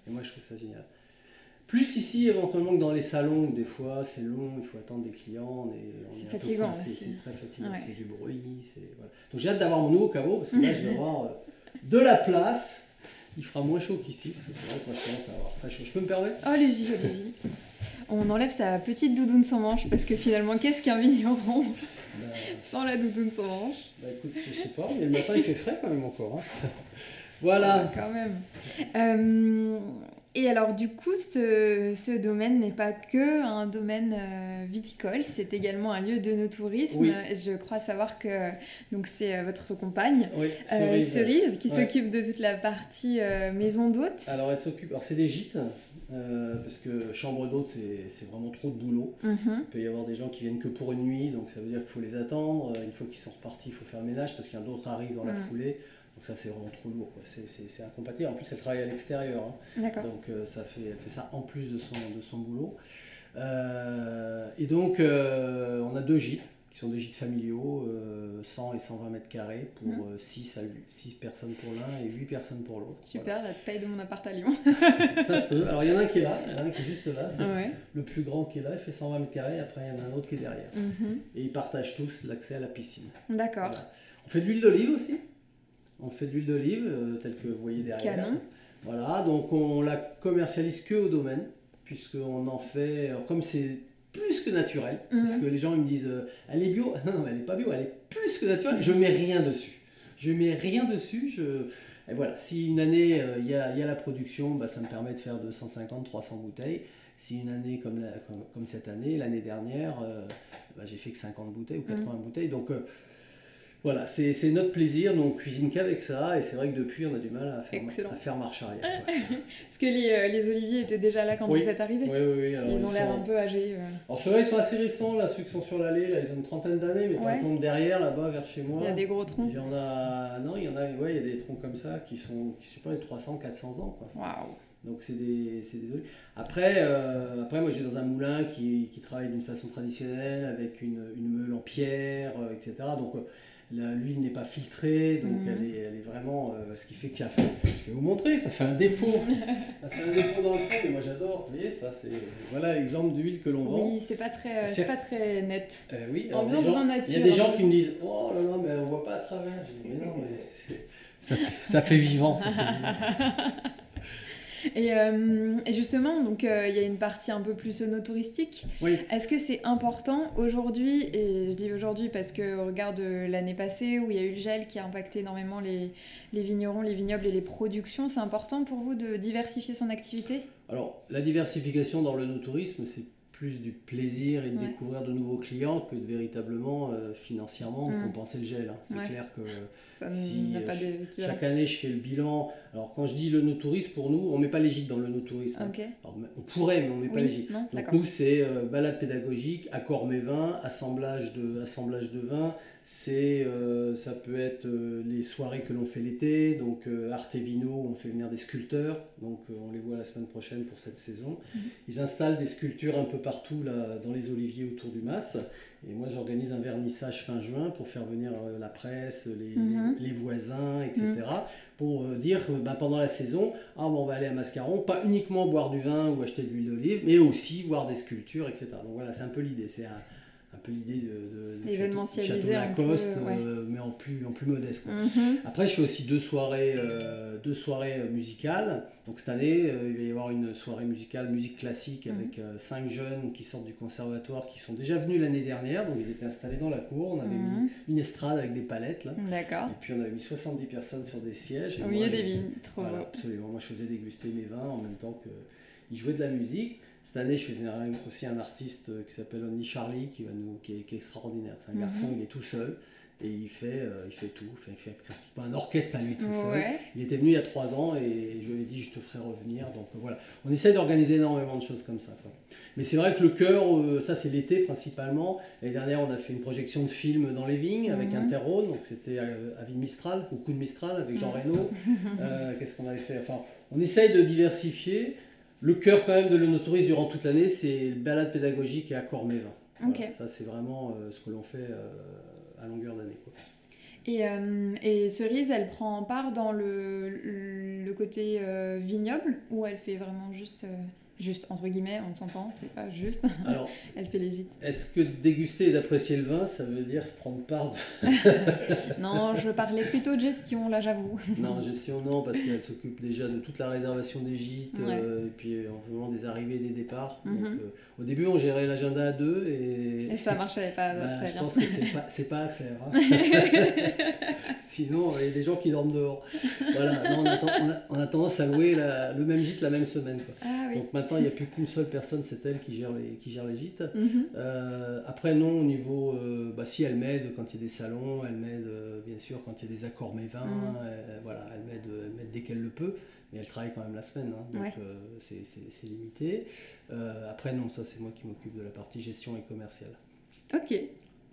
Plus ici éventuellement que dans les salons où des fois c'est long, il faut attendre des clients. C'est fatigant aussi. C'est très fatigant, c'est du bruit. Voilà. Donc j'ai hâte d'avoir mon nouveau caveau parce que là je vais avoir de la place. Il fera moins chaud qu'ici, parce que c'est vrai que moi je commence à avoir très chaud. Je peux me permettre ? Allez-y. On enlève sa petite doudoune sans manche parce que finalement qu'est-ce qu'un vigneron sans la doudoune sans manche ? Écoute, je sais pas, mais le matin il fait frais quand même encore. Voilà. Quand même. Et alors du coup, ce domaine n'est pas que un domaine viticole, c'est également un lieu d'œnotourisme. Oui. Je crois savoir que donc c'est votre compagne, oui, Cerise, qui s'occupe de toute la partie maison d'hôtes. Alors elle s'occupe. Alors c'est des gîtes, parce que chambre d'hôtes c'est vraiment trop de boulot. Il peut y avoir des gens qui viennent que pour une nuit, donc ça veut dire qu'il faut les attendre. Une fois qu'ils sont repartis, il faut faire le ménage parce qu'il y en a d'autres arrivent dans la foulée. Donc ça c'est vraiment trop lourd, quoi. C'est incompatible. En plus elle travaille à l'extérieur, D'accord. Donc elle fait ça en plus de son boulot. Et donc on a 2 gîtes. qui sont des gîtes familiaux, 100 et 120 mètres carrés pour 6 personnes pour l'un et 8 personnes pour l'autre. Super, la taille de mon appart à Lyon. Ça se peut. Alors il y en a un qui est là, il y en a un qui est juste là, c'est le plus grand qui est là, il fait 120 mètres carrés, après il y en a un autre qui est derrière. Et ils partagent tous l'accès à la piscine. D'accord. Voilà. On fait de l'huile d'olive aussi. On fait de l'huile d'olive, telle que vous voyez derrière. Canon. Voilà, donc on la commercialise que au domaine, puisqu'on en fait, alors comme c'est plus que naturel, parce que les gens ils me disent elle est bio, non mais elle n'est pas bio, elle est plus que naturelle, je mets rien dessus. Et voilà, si une année il y a la production, bah, ça me permet de faire 250-300 bouteilles. Si une année comme cette année, l'année dernière, bah, j'ai fait que 50 bouteilles ou 80 bouteilles, donc voilà, c'est notre plaisir, donc on cuisine qu'avec ça, et c'est vrai que depuis on a du mal à faire marche arrière. Est-ce que les oliviers étaient déjà là quand vous êtes arrivés? Oui. Alors, ils ont l'air un peu âgés. Alors ceux-là ils sont assez récents, là, ceux qui sont sur l'allée, là, ils ont une trentaine d'années, mais par contre derrière, là-bas, vers chez moi... Il y a des gros troncs. Il y a des troncs comme ça qui sont, je sais pas, 300-400 ans. Waouh. Donc c'est des olives. Après, moi j'ai dans un moulin qui travaille d'une façon traditionnelle, avec une meule en pierre, etc. Donc l'huile n'est pas filtrée, donc elle est vraiment ce qui fait qu'il y a. Je vais vous montrer, ça fait un dépôt. Ça fait un dépôt dans le fond, mais moi j'adore. Vous voyez, ça c'est l'exemple d'huile que l'on vend. Oui, c'est pas très net. Oui, ambiance dans nature. Il y a des gens qui me disent oh là là, mais on voit pas à travers. Je dis mais non, mais ça fait vivant. Et justement, donc il y a une partie un peu plus sonotouristique. Oui. Est-ce que c'est important aujourd'hui, et je dis aujourd'hui parce qu'au regard de l'année passée où il y a eu le gel qui a impacté énormément les vignerons, les vignobles et les productions, c'est important pour vous de diversifier son activité? Alors, la diversification dans le no-tourisme, c'est plus du plaisir et de découvrir de nouveaux clients que de véritablement financièrement compenser le gel. C'est clair que chaque année je fais le bilan. Alors quand je dis le no-tourisme, pour nous, on ne met pas les gîtes dans le no-tourisme. Alors, on pourrait, mais on ne met pas les gîtes. Donc nous, c'est balade pédagogique, accord mes vins, assemblage de vins. Ça peut être les soirées que l'on fait l'été, donc Arte Vino, on fait venir des sculpteurs, donc on les voit la semaine prochaine pour cette saison. Ils installent des sculptures un peu partout là, dans les oliviers autour du Mas, et moi j'organise un vernissage fin juin pour faire venir la presse, les voisins, etc. Pour dire que pendant la saison, on va aller à Mascaron, pas uniquement boire du vin ou acheter de l'huile d'olive, mais aussi voir des sculptures, etc. Donc voilà, c'est un peu l'idée, c'est un peu l'idée de événementialiser Château Lacoste, mais en plus modeste. Après, je fais aussi deux soirées musicales. Donc cette année, il va y avoir une soirée musicale, musique classique, avec 5 jeunes qui sortent du conservatoire, qui sont déjà venus l'année dernière. Donc ils étaient installés dans la cour. On avait mis une estrade avec des palettes. Là. D'accord. Et puis on avait mis 70 personnes sur des sièges. Au milieu des vignes, trop beau. Absolument. Moi, je faisais déguster mes vins en même temps qu'ils jouaient de la musique. Cette année, je fais aussi un artiste qui s'appelle Only Charlie, qui est extraordinaire. C'est un garçon, il est tout seul et il fait tout. Il fait pratiquement un orchestre à lui tout seul. Il était venu il y a 3 ans et je lui ai dit je te ferai revenir. Donc voilà, on essaie d'organiser énormément de choses comme ça. Mais c'est vrai que le cœur, ça c'est l'été principalement. L'année dernière, on a fait une projection de film dans les vignes avec Interrhône, donc c'était à Ville Mistral, au coup de Mistral avec Jean Reno. Qu'est-ce qu'on avait fait? Enfin, on essaye de diversifier. Le cœur quand même de l'œnotourisme durant toute l'année, c'est balade pédagogique et accord mes vins. Voilà, ça c'est vraiment ce que l'on fait à longueur d'année. Et Cerise, elle prend part dans le côté vignoble, ou elle fait vraiment juste entre guillemets, on s'entend, c'est pas juste. Alors, elle fait les gîtes. Est-ce que déguster et d'apprécier le vin, ça veut dire prendre part Non, je parlais plutôt de gestion, là, j'avoue. Non, gestion, non, parce qu'elle s'occupe déjà de toute la réservation des gîtes, et puis en faisant des arrivées et des départs. Donc, au début, on gérait l'agenda à 2 et ça marchait pas très bien. Je pense que c'est pas à faire. Sinon, il y a des gens qui dorment dehors. Voilà, non, on a tendance à louer le même gîte la même semaine. Ah, oui. Donc maintenant, il n'y a plus qu'une seule personne, c'est elle qui gère les gîtes. Après, non, au niveau... si, elle m'aide quand il y a des salons, elle m'aide bien sûr quand il y a des accords mes vins, elle m'aide dès qu'elle le peut, mais elle travaille quand même la semaine, donc c'est limité. Après, non, ça c'est moi qui m'occupe de la partie gestion et commerciale. Ok.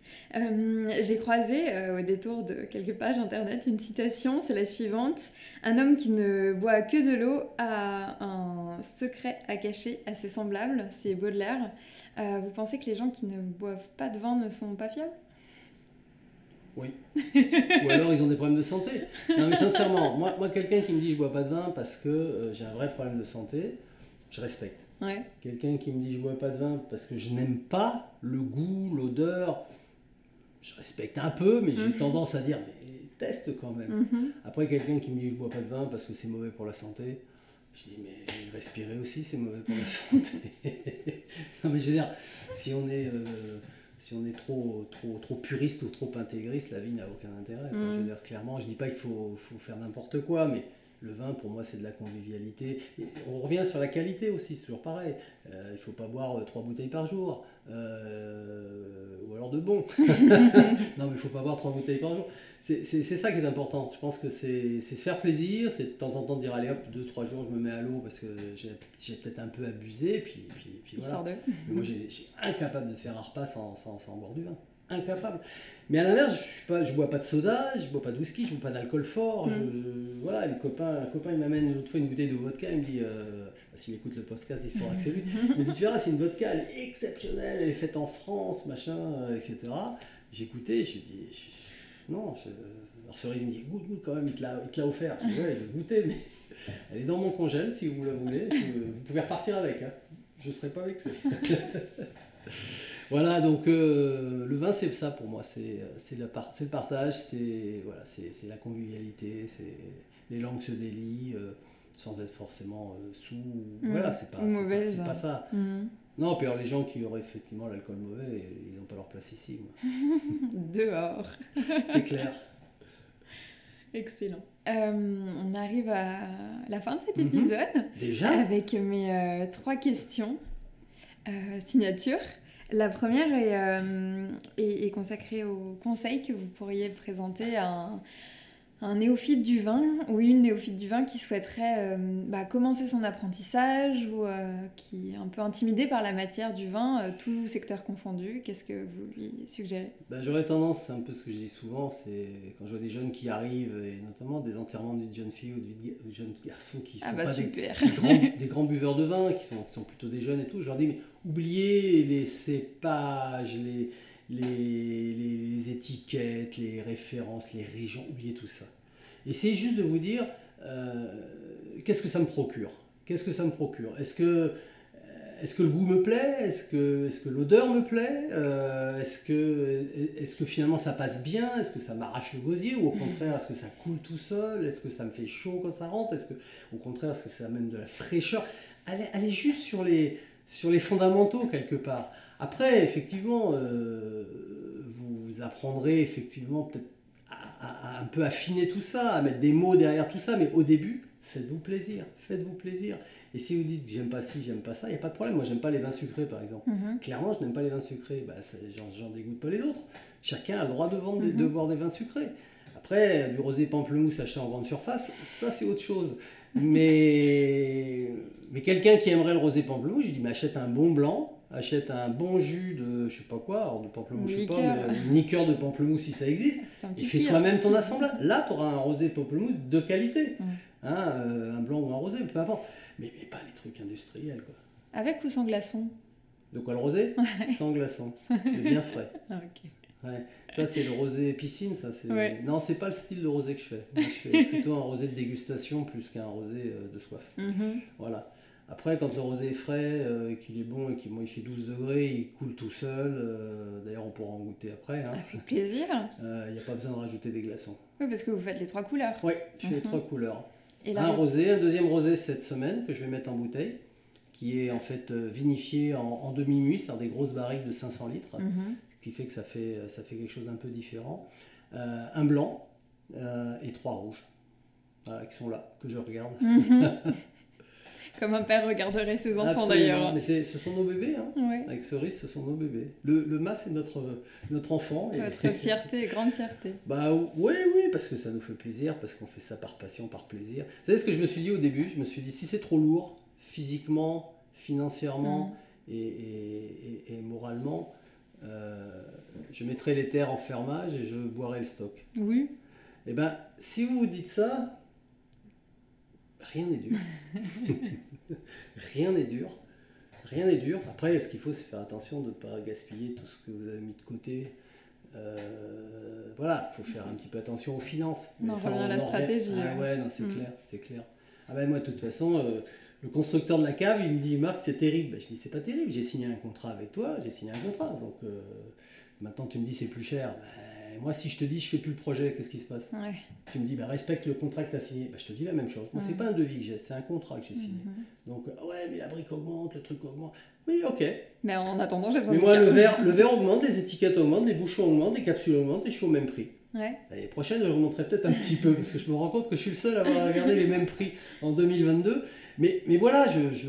J'ai croisé au détour de quelques pages internet une citation, c'est la suivante. Un homme qui ne boit que de l'eau a un secret à cacher à ses semblables, c'est Baudelaire. Vous pensez que les gens qui ne boivent pas de vin ne sont pas fiables ? Oui. Ou alors ils ont des problèmes de santé. Non mais sincèrement, moi quelqu'un qui me dit je bois pas de vin parce que j'ai un vrai problème de santé, je respecte. Ouais. Quelqu'un qui me dit je bois pas de vin parce que je n'aime pas le goût, l'odeur, je respecte un peu, mais j'ai tendance à dire mais teste quand même. Après quelqu'un qui me dit je bois pas de vin parce que c'est mauvais pour la santé, je dis mais respirer aussi c'est mauvais pour la santé. Non mais je veux dire, si on est trop puriste ou trop intégriste, la vie n'a aucun intérêt. Je veux dire, clairement, je dis pas qu'il faut faire n'importe quoi, mais le vin, pour moi, c'est de la convivialité. Et on revient sur la qualité aussi, c'est toujours pareil. Il ne faut pas boire 3 bouteilles par jour, ou alors de bon. Non, mais il ne faut pas boire 3 bouteilles par jour. C'est ça qui est important. Je pense que c'est se faire plaisir, c'est de temps en temps de dire allez hop, 2-3 jours, je me mets à l'eau parce que j'ai peut-être un peu abusé, puis voilà. Mais moi, j'ai incapable de faire un repas sans boire du vin. Incapable. Mais à l'inverse, je bois pas de soda, je bois pas de whisky, je bois pas d'alcool fort. Voilà, un copain il m'amène l'autre fois une bouteille de vodka, il me dit, s'il écoute le podcast, il saura que c'est lui. Il me dit, tu verras, c'est une vodka, elle est exceptionnelle, elle est faite en France, machin, etc. J'ai goûté, je lui ai dit, non, alors Cerise il me dit, goûte quand même, il te l'a offert. Je dis, ouais, je vais goûter, mais elle est dans mon congèle si vous la voulez, vous pouvez repartir avec, hein. Je serai pas vexé. Voilà, donc le vin c'est ça pour moi, c'est le partage, c'est la convivialité, c'est les langues se délient sans être forcément sous, voilà, c'est pas ça. Non, puis alors les gens qui auraient effectivement l'alcool mauvais, ils n'ont pas leur place ici. Dehors. C'est clair. Excellent. On arrive à la fin de cet épisode. Déjà ? Avec mes 3 questions signature. La première est consacrée aux conseils que vous pourriez présenter à un néophyte du vin ou une néophyte du vin qui souhaiterait commencer son apprentissage ou qui est un peu intimidé par la matière du vin, tout secteur confondu. Qu'est-ce que vous lui suggérez ? J'aurais tendance, c'est un peu ce que je dis souvent, c'est quand je vois des jeunes qui arrivent, et notamment des enterrements de jeunes filles ou de jeunes garçons qui sont pas des grands buveurs de vin, qui sont plutôt des jeunes et tout, je leur dis mais oubliez les cépages, les étiquettes, les références, les régions, oubliez tout ça. Essayez juste de vous dire qu'est-ce que ça me procure ? Qu'est-ce que ça me procure ? Est-ce que le goût me plaît ? Est-ce que l'odeur me plaît ? Est-ce que finalement ça passe bien ? Est-ce que ça m'arrache le gosier ? Ou au contraire, est-ce que ça coule tout seul ? Est-ce que ça me fait chaud quand ça rentre ? Est-ce que, au contraire, est-ce que ça amène de la fraîcheur ? Allez juste sur les fondamentaux quelque part. Après, effectivement, vous apprendrez effectivement peut-être à un peu affiner tout ça, à mettre des mots derrière tout ça, mais au début, faites-vous plaisir. Et si vous dites j'aime pas ci, j'aime pas ça, il n'y a pas de problème. Moi, j'aime pas les vins sucrés, par exemple. Clairement, je n'aime pas les vins sucrés. J'en dégoûte pas les autres. Chacun a le droit de boire des vins sucrés. Après, du rosé pamplemousse acheté en grande surface, ça c'est autre chose. Mais quelqu'un qui aimerait le rosé pamplemousse, je dis mais achète un bon blanc, achète un bon jus de je sais pas quoi, alors de pamplemousse je sais pas, mais une liqueur de pamplemousse si ça existe, et fais toi-même ton assemblage. Là tu auras un rosé pamplemousse de qualité, un blanc ou un rosé, peu importe, mais pas les trucs industriels quoi. Avec ou sans glaçon ? De quoi le rosé ? Sans glaçon, mais bien frais. Ok. Ouais. Ça c'est le rosé piscine, ça c'est. Ouais. Non, c'est pas le style de rosé que je fais. Moi, je fais plutôt un rosé de dégustation plus qu'un rosé de soif. Voilà. Après, quand le rosé est frais, qu'il est bon et qu'il fait 12 degrés, il coule tout seul. D'ailleurs, on pourra en goûter après. Avec plaisir. Il n'y a pas besoin de rajouter des glaçons. Oui, parce que vous faites les 3 couleurs. Oui, je fais les 3 couleurs. Et un rosé, un deuxième rosé cette semaine que je vais mettre en bouteille, qui est en fait vinifié en demi-muit, c'est-à-dire des grosses barriques de 500 litres. Qui fait que ça fait quelque chose d'un peu différent. Un blanc et 3 rouges, voilà, qui sont là, que je regarde. Comme un père regarderait ses enfants. Absolument. D'ailleurs. Mais ce sont nos bébés, Avec Cerise, ce sont nos bébés. Le mât, c'est notre enfant. Votre fierté, grande fierté. Oui, parce que ça nous fait plaisir, parce qu'on fait ça par passion, par plaisir. Vous savez ce que je me suis dit au début ? Je me suis dit, si c'est trop lourd, physiquement, financièrement et moralement, je mettrai les terres en fermage et je boirai le stock. Oui. Eh bien, si vous vous dites ça, rien n'est dur. Rien n'est dur. Rien n'est dur. Après, ce qu'il faut, c'est faire attention de ne pas gaspiller tout ce que vous avez mis de côté. Voilà, il faut faire un petit peu attention aux finances. On revient à la stratégie. Ah ouais, non, c'est clair, c'est clair. Ah ben moi, de toute façon, le constructeur de la cave, il me dit, Marc, c'est terrible. Ben, je dis, c'est pas terrible, j'ai signé un contrat avec toi, j'ai signé un contrat. Donc maintenant, tu me dis, c'est plus cher. Ben, moi, si je te dis, je fais plus le projet, qu'est-ce qui se passe? Ouais. Tu me dis, ben, respecte le contrat que tu as signé. Ben, je te dis la même chose. Moi, c'est pas un devis que j'ai, c'est un contrat que j'ai signé. Donc, ouais, mais la brique augmente, le truc augmente. Oui, ok. Mais en attendant, j'ai besoin Mais de moi, le verre augmente, les étiquettes augmentent, les bouchons augmentent, les capsules augmentent et je suis au même prix. Ouais. L'année prochaine, je remonterai peut-être un petit peu parce que je me rends compte que je suis le seul à avoir regardé les mêmes prix en 2022. Mais voilà,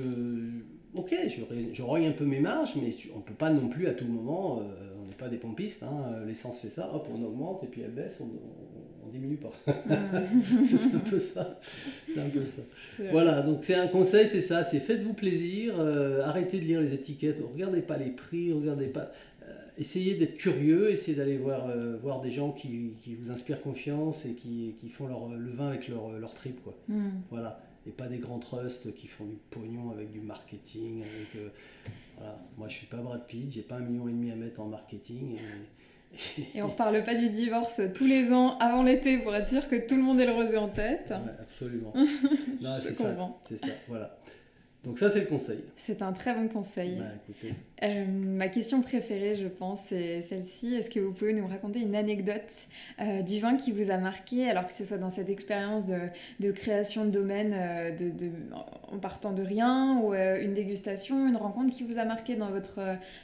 je rogne un peu mes marges, mais on ne peut pas non plus à tout moment, on n'est pas des pompistes, hein, l'essence fait ça, hop, on augmente et puis elle baisse, on diminue pas. C'est un peu ça. C'est un peu ça. Voilà, donc c'est un conseil, c'est ça, c'est faites-vous plaisir, arrêtez de lire les étiquettes, regardez pas les prix, regardez pas... essayez d'être curieux, essayez d'aller voir des gens qui vous inspirent confiance et qui font le vin avec leur trip, quoi. Voilà. Et pas des grands trusts qui font du pognon avec du marketing. Voilà. Moi, je suis pas Brad Pitt, j'ai pas 1,5 million à mettre en marketing. Et on reparle pas du divorce tous les ans avant l'été pour être sûr que tout le monde ait le rosé en tête. Ouais, absolument. Non, c'est ça, voilà. Donc ça, c'est le conseil. C'est un très bon conseil. Bah, écoutez. Ma question préférée, je pense, c'est celle-ci. Est-ce que vous pouvez nous raconter une anecdote du vin qui vous a marqué, alors que ce soit dans cette expérience de création de domaine en partant de rien, ou une dégustation, une rencontre qui vous a marqué dans votre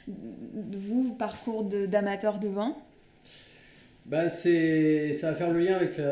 parcours d'amateur de vin? Ben ça va faire le lien avec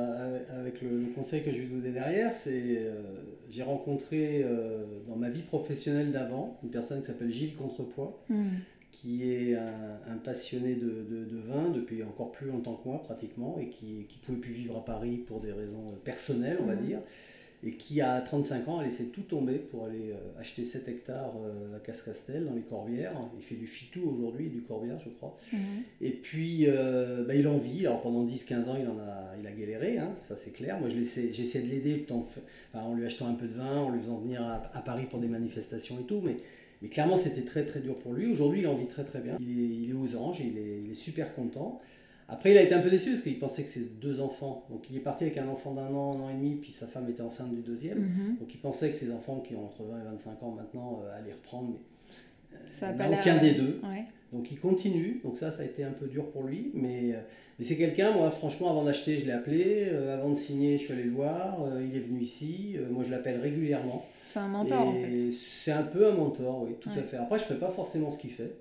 le conseil que je vais vous donner derrière. J'ai rencontré dans ma vie professionnelle d'avant une personne qui s'appelle Gilles Contrepoix, qui est un passionné de vin depuis encore plus longtemps que moi pratiquement, et qui ne pouvait plus vivre à Paris pour des raisons personnelles, on va dire, et qui à 35 ans a laissé tout tomber pour aller acheter 7 hectares à Cascastel dans les Corbières. Il fait du Fitou aujourd'hui, du Corbière je crois. Et puis il en vit. Alors pendant 10-15 ans il a galéré, hein, ça c'est clair. Moi j'essaie de l'aider en lui achetant un peu de vin, en lui faisant venir à Paris pour des manifestations et tout, mais clairement c'était très très dur pour lui. Aujourd'hui il en vit très très bien. Il est aux anges, il est super content. Après, il a été un peu déçu parce qu'il pensait que ses 2 enfants, donc il est parti avec un enfant d'1 an, 1 an et demi, puis sa femme était enceinte du 2e. Donc il pensait que ses enfants qui ont entre 20 et 25 ans maintenant allaient reprendre, mais ça n'a aucun des deux. Ouais. Donc il continue, donc ça a été un peu dur pour lui, mais c'est quelqu'un, moi franchement avant d'acheter je l'ai appelé, avant de signer je suis allé le voir, il est venu ici, moi je l'appelle régulièrement. C'est un mentor en fait. C'est un peu un mentor, oui, tout à fait. Après je ne fais pas forcément ce qu'il fait.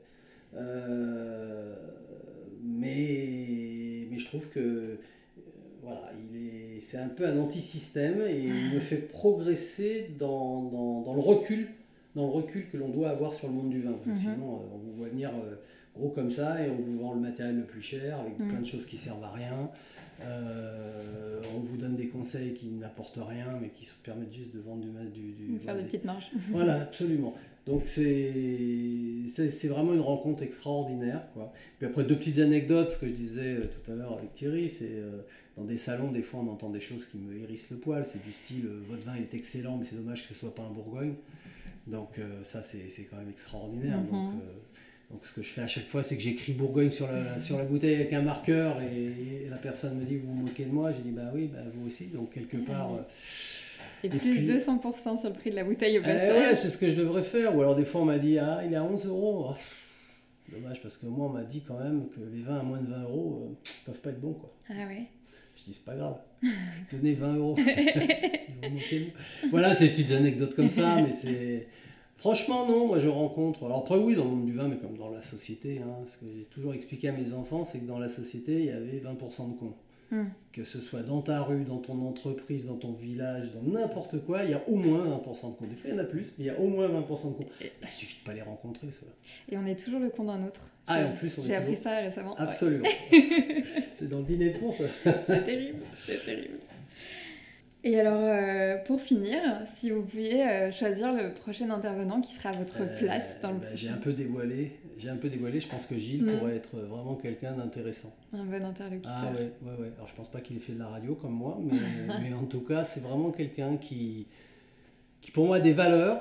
Mais je trouve que voilà, c'est un peu un anti-système et il me fait progresser dans le recul que l'on doit avoir sur le monde du vin. Sinon, on vous voit venir gros comme ça et on vous vend le matériel le plus cher avec plein de choses qui servent à rien. On vous donne des conseils qui n'apportent rien mais qui permettent juste de vendre faire des petites marges. Voilà, absolument. Donc c'est vraiment une rencontre extraordinaire, quoi. Puis après 2 petites anecdotes, ce que je disais tout à l'heure avec Thierry, c'est dans des salons des fois on entend des choses qui me hérissent le poil, c'est du style votre vin il est excellent mais c'est dommage que ce soit pas un Bourgogne. Donc ça c'est quand même extraordinaire. Donc ce que je fais à chaque fois c'est que j'écris Bourgogne sur la bouteille avec un marqueur et la personne me dit vous vous moquez de moi, j'ai dit bah oui, bah vous aussi, donc quelque part... Et plus 200% sur le prix de la bouteille au passage. Ouais, c'est ce que je devrais faire. Ou alors des fois on m'a dit il est à 11 €. Oh, dommage parce que moi on m'a dit quand même que les vins à moins de 20 € peuvent pas être bons, quoi. Ah ouais. Je dis c'est pas grave. Donnez 20 €. Voilà, c'est des petites anecdotes comme ça, mais c'est... Franchement non, moi je rencontre... Alors après oui, dans le monde du vin, mais comme dans la société, hein, ce que j'ai toujours expliqué à mes enfants, c'est que dans la société, il y avait 20% de cons. Que ce soit dans ta rue, dans ton entreprise, dans ton village, dans n'importe quoi, il y a au moins 20% de cons. Des fois, il y en a plus, mais il y a au moins 20% de cons. Il suffit de pas les rencontrer, ceux-là. Et on est toujours le con d'un autre. Ah, et en plus, j'ai appris ça récemment. Absolument. C'est dans le dîner de con, ça. C'est terrible, c'est terrible. Et alors, pour finir, si vous pouviez choisir le prochain intervenant qui sera à votre place dans le prochain... J'ai un peu dévoilé, je pense que Gilles pourrait être vraiment quelqu'un d'intéressant. Un bon interlocuteur. Ah ouais. Alors je pense pas qu'il ait fait de la radio comme moi, mais en tout cas c'est vraiment quelqu'un qui pour moi a des valeurs,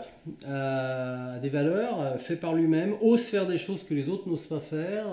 fait par lui-même, ose faire des choses que les autres n'osent pas faire.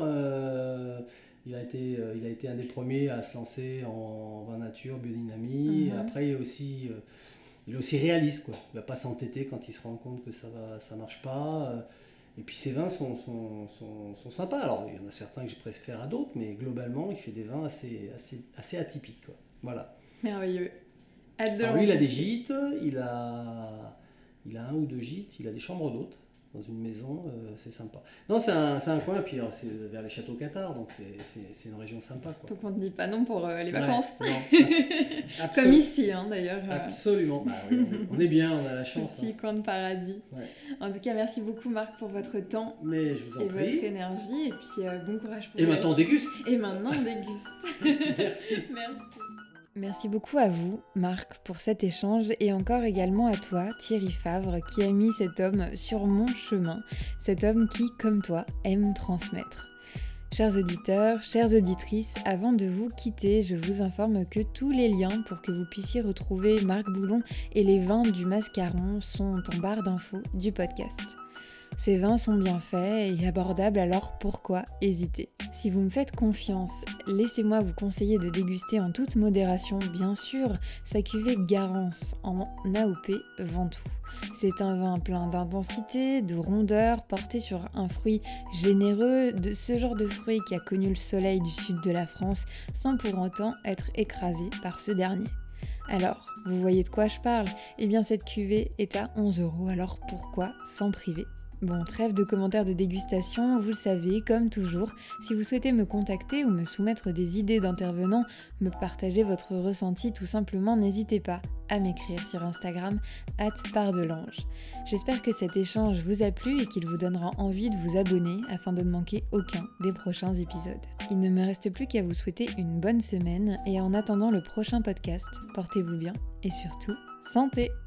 Il a été un des premiers à se lancer en vin nature, biodynamie. Après, il est aussi réaliste, quoi. Il ne va pas s'entêter quand il se rend compte que ça marche pas. Et puis ses vins sont sympas. Alors, il y en a certains que je préfère à d'autres, mais globalement, il fait des vins assez atypiques, quoi. Voilà. Merveilleux. Alors lui, il a des gîtes, il a 1 ou 2 gîtes, il a des chambres d'hôtes dans une maison, c'est sympa. Non, c'est un coin, puis alors, c'est vers les châteaux cathares, donc c'est une région sympa, quoi. Donc on ne dit pas non pour les vacances. Non, comme ici, d'ailleurs. Absolument. Bah, oui, on est bien, on a la chance. Petit coin de paradis. Ouais. En tout cas, merci beaucoup Marc pour votre temps. Mais je vous en prie. Et votre énergie, et puis bon courage pour Et maintenant on déguste. Et maintenant on déguste. Merci. Merci beaucoup à vous, Marc, pour cet échange et encore également à toi, Thierry Favre, qui a mis cet homme sur mon chemin, cet homme qui, comme toi, aime transmettre. Chers auditeurs, chères auditrices, avant de vous quitter, je vous informe que tous les liens pour que vous puissiez retrouver Marc Boulon et les vins du Mascaron sont en barre d'infos du podcast. Ces vins sont bien faits et abordables, alors pourquoi hésiter ? Si vous me faites confiance, laissez-moi vous conseiller de déguster en toute modération, bien sûr, sa cuvée Garance en AOP Ventoux. C'est un vin plein d'intensité, de rondeur, porté sur un fruit généreux, de ce genre de fruit qui a connu le soleil du sud de la France, sans pour autant être écrasé par ce dernier. Alors, vous voyez de quoi je parle ? Eh bien cette cuvée est à 11 €, alors pourquoi s'en priver ? Bon, trêve de commentaires de dégustation, vous le savez, comme toujours, si vous souhaitez me contacter ou me soumettre des idées d'intervenants, me partager votre ressenti tout simplement, n'hésitez pas à m'écrire sur Instagram @partdelange. J'espère que cet échange vous a plu et qu'il vous donnera envie de vous abonner afin de ne manquer aucun des prochains épisodes. Il ne me reste plus qu'à vous souhaiter une bonne semaine et en attendant le prochain podcast, portez-vous bien et surtout, santé!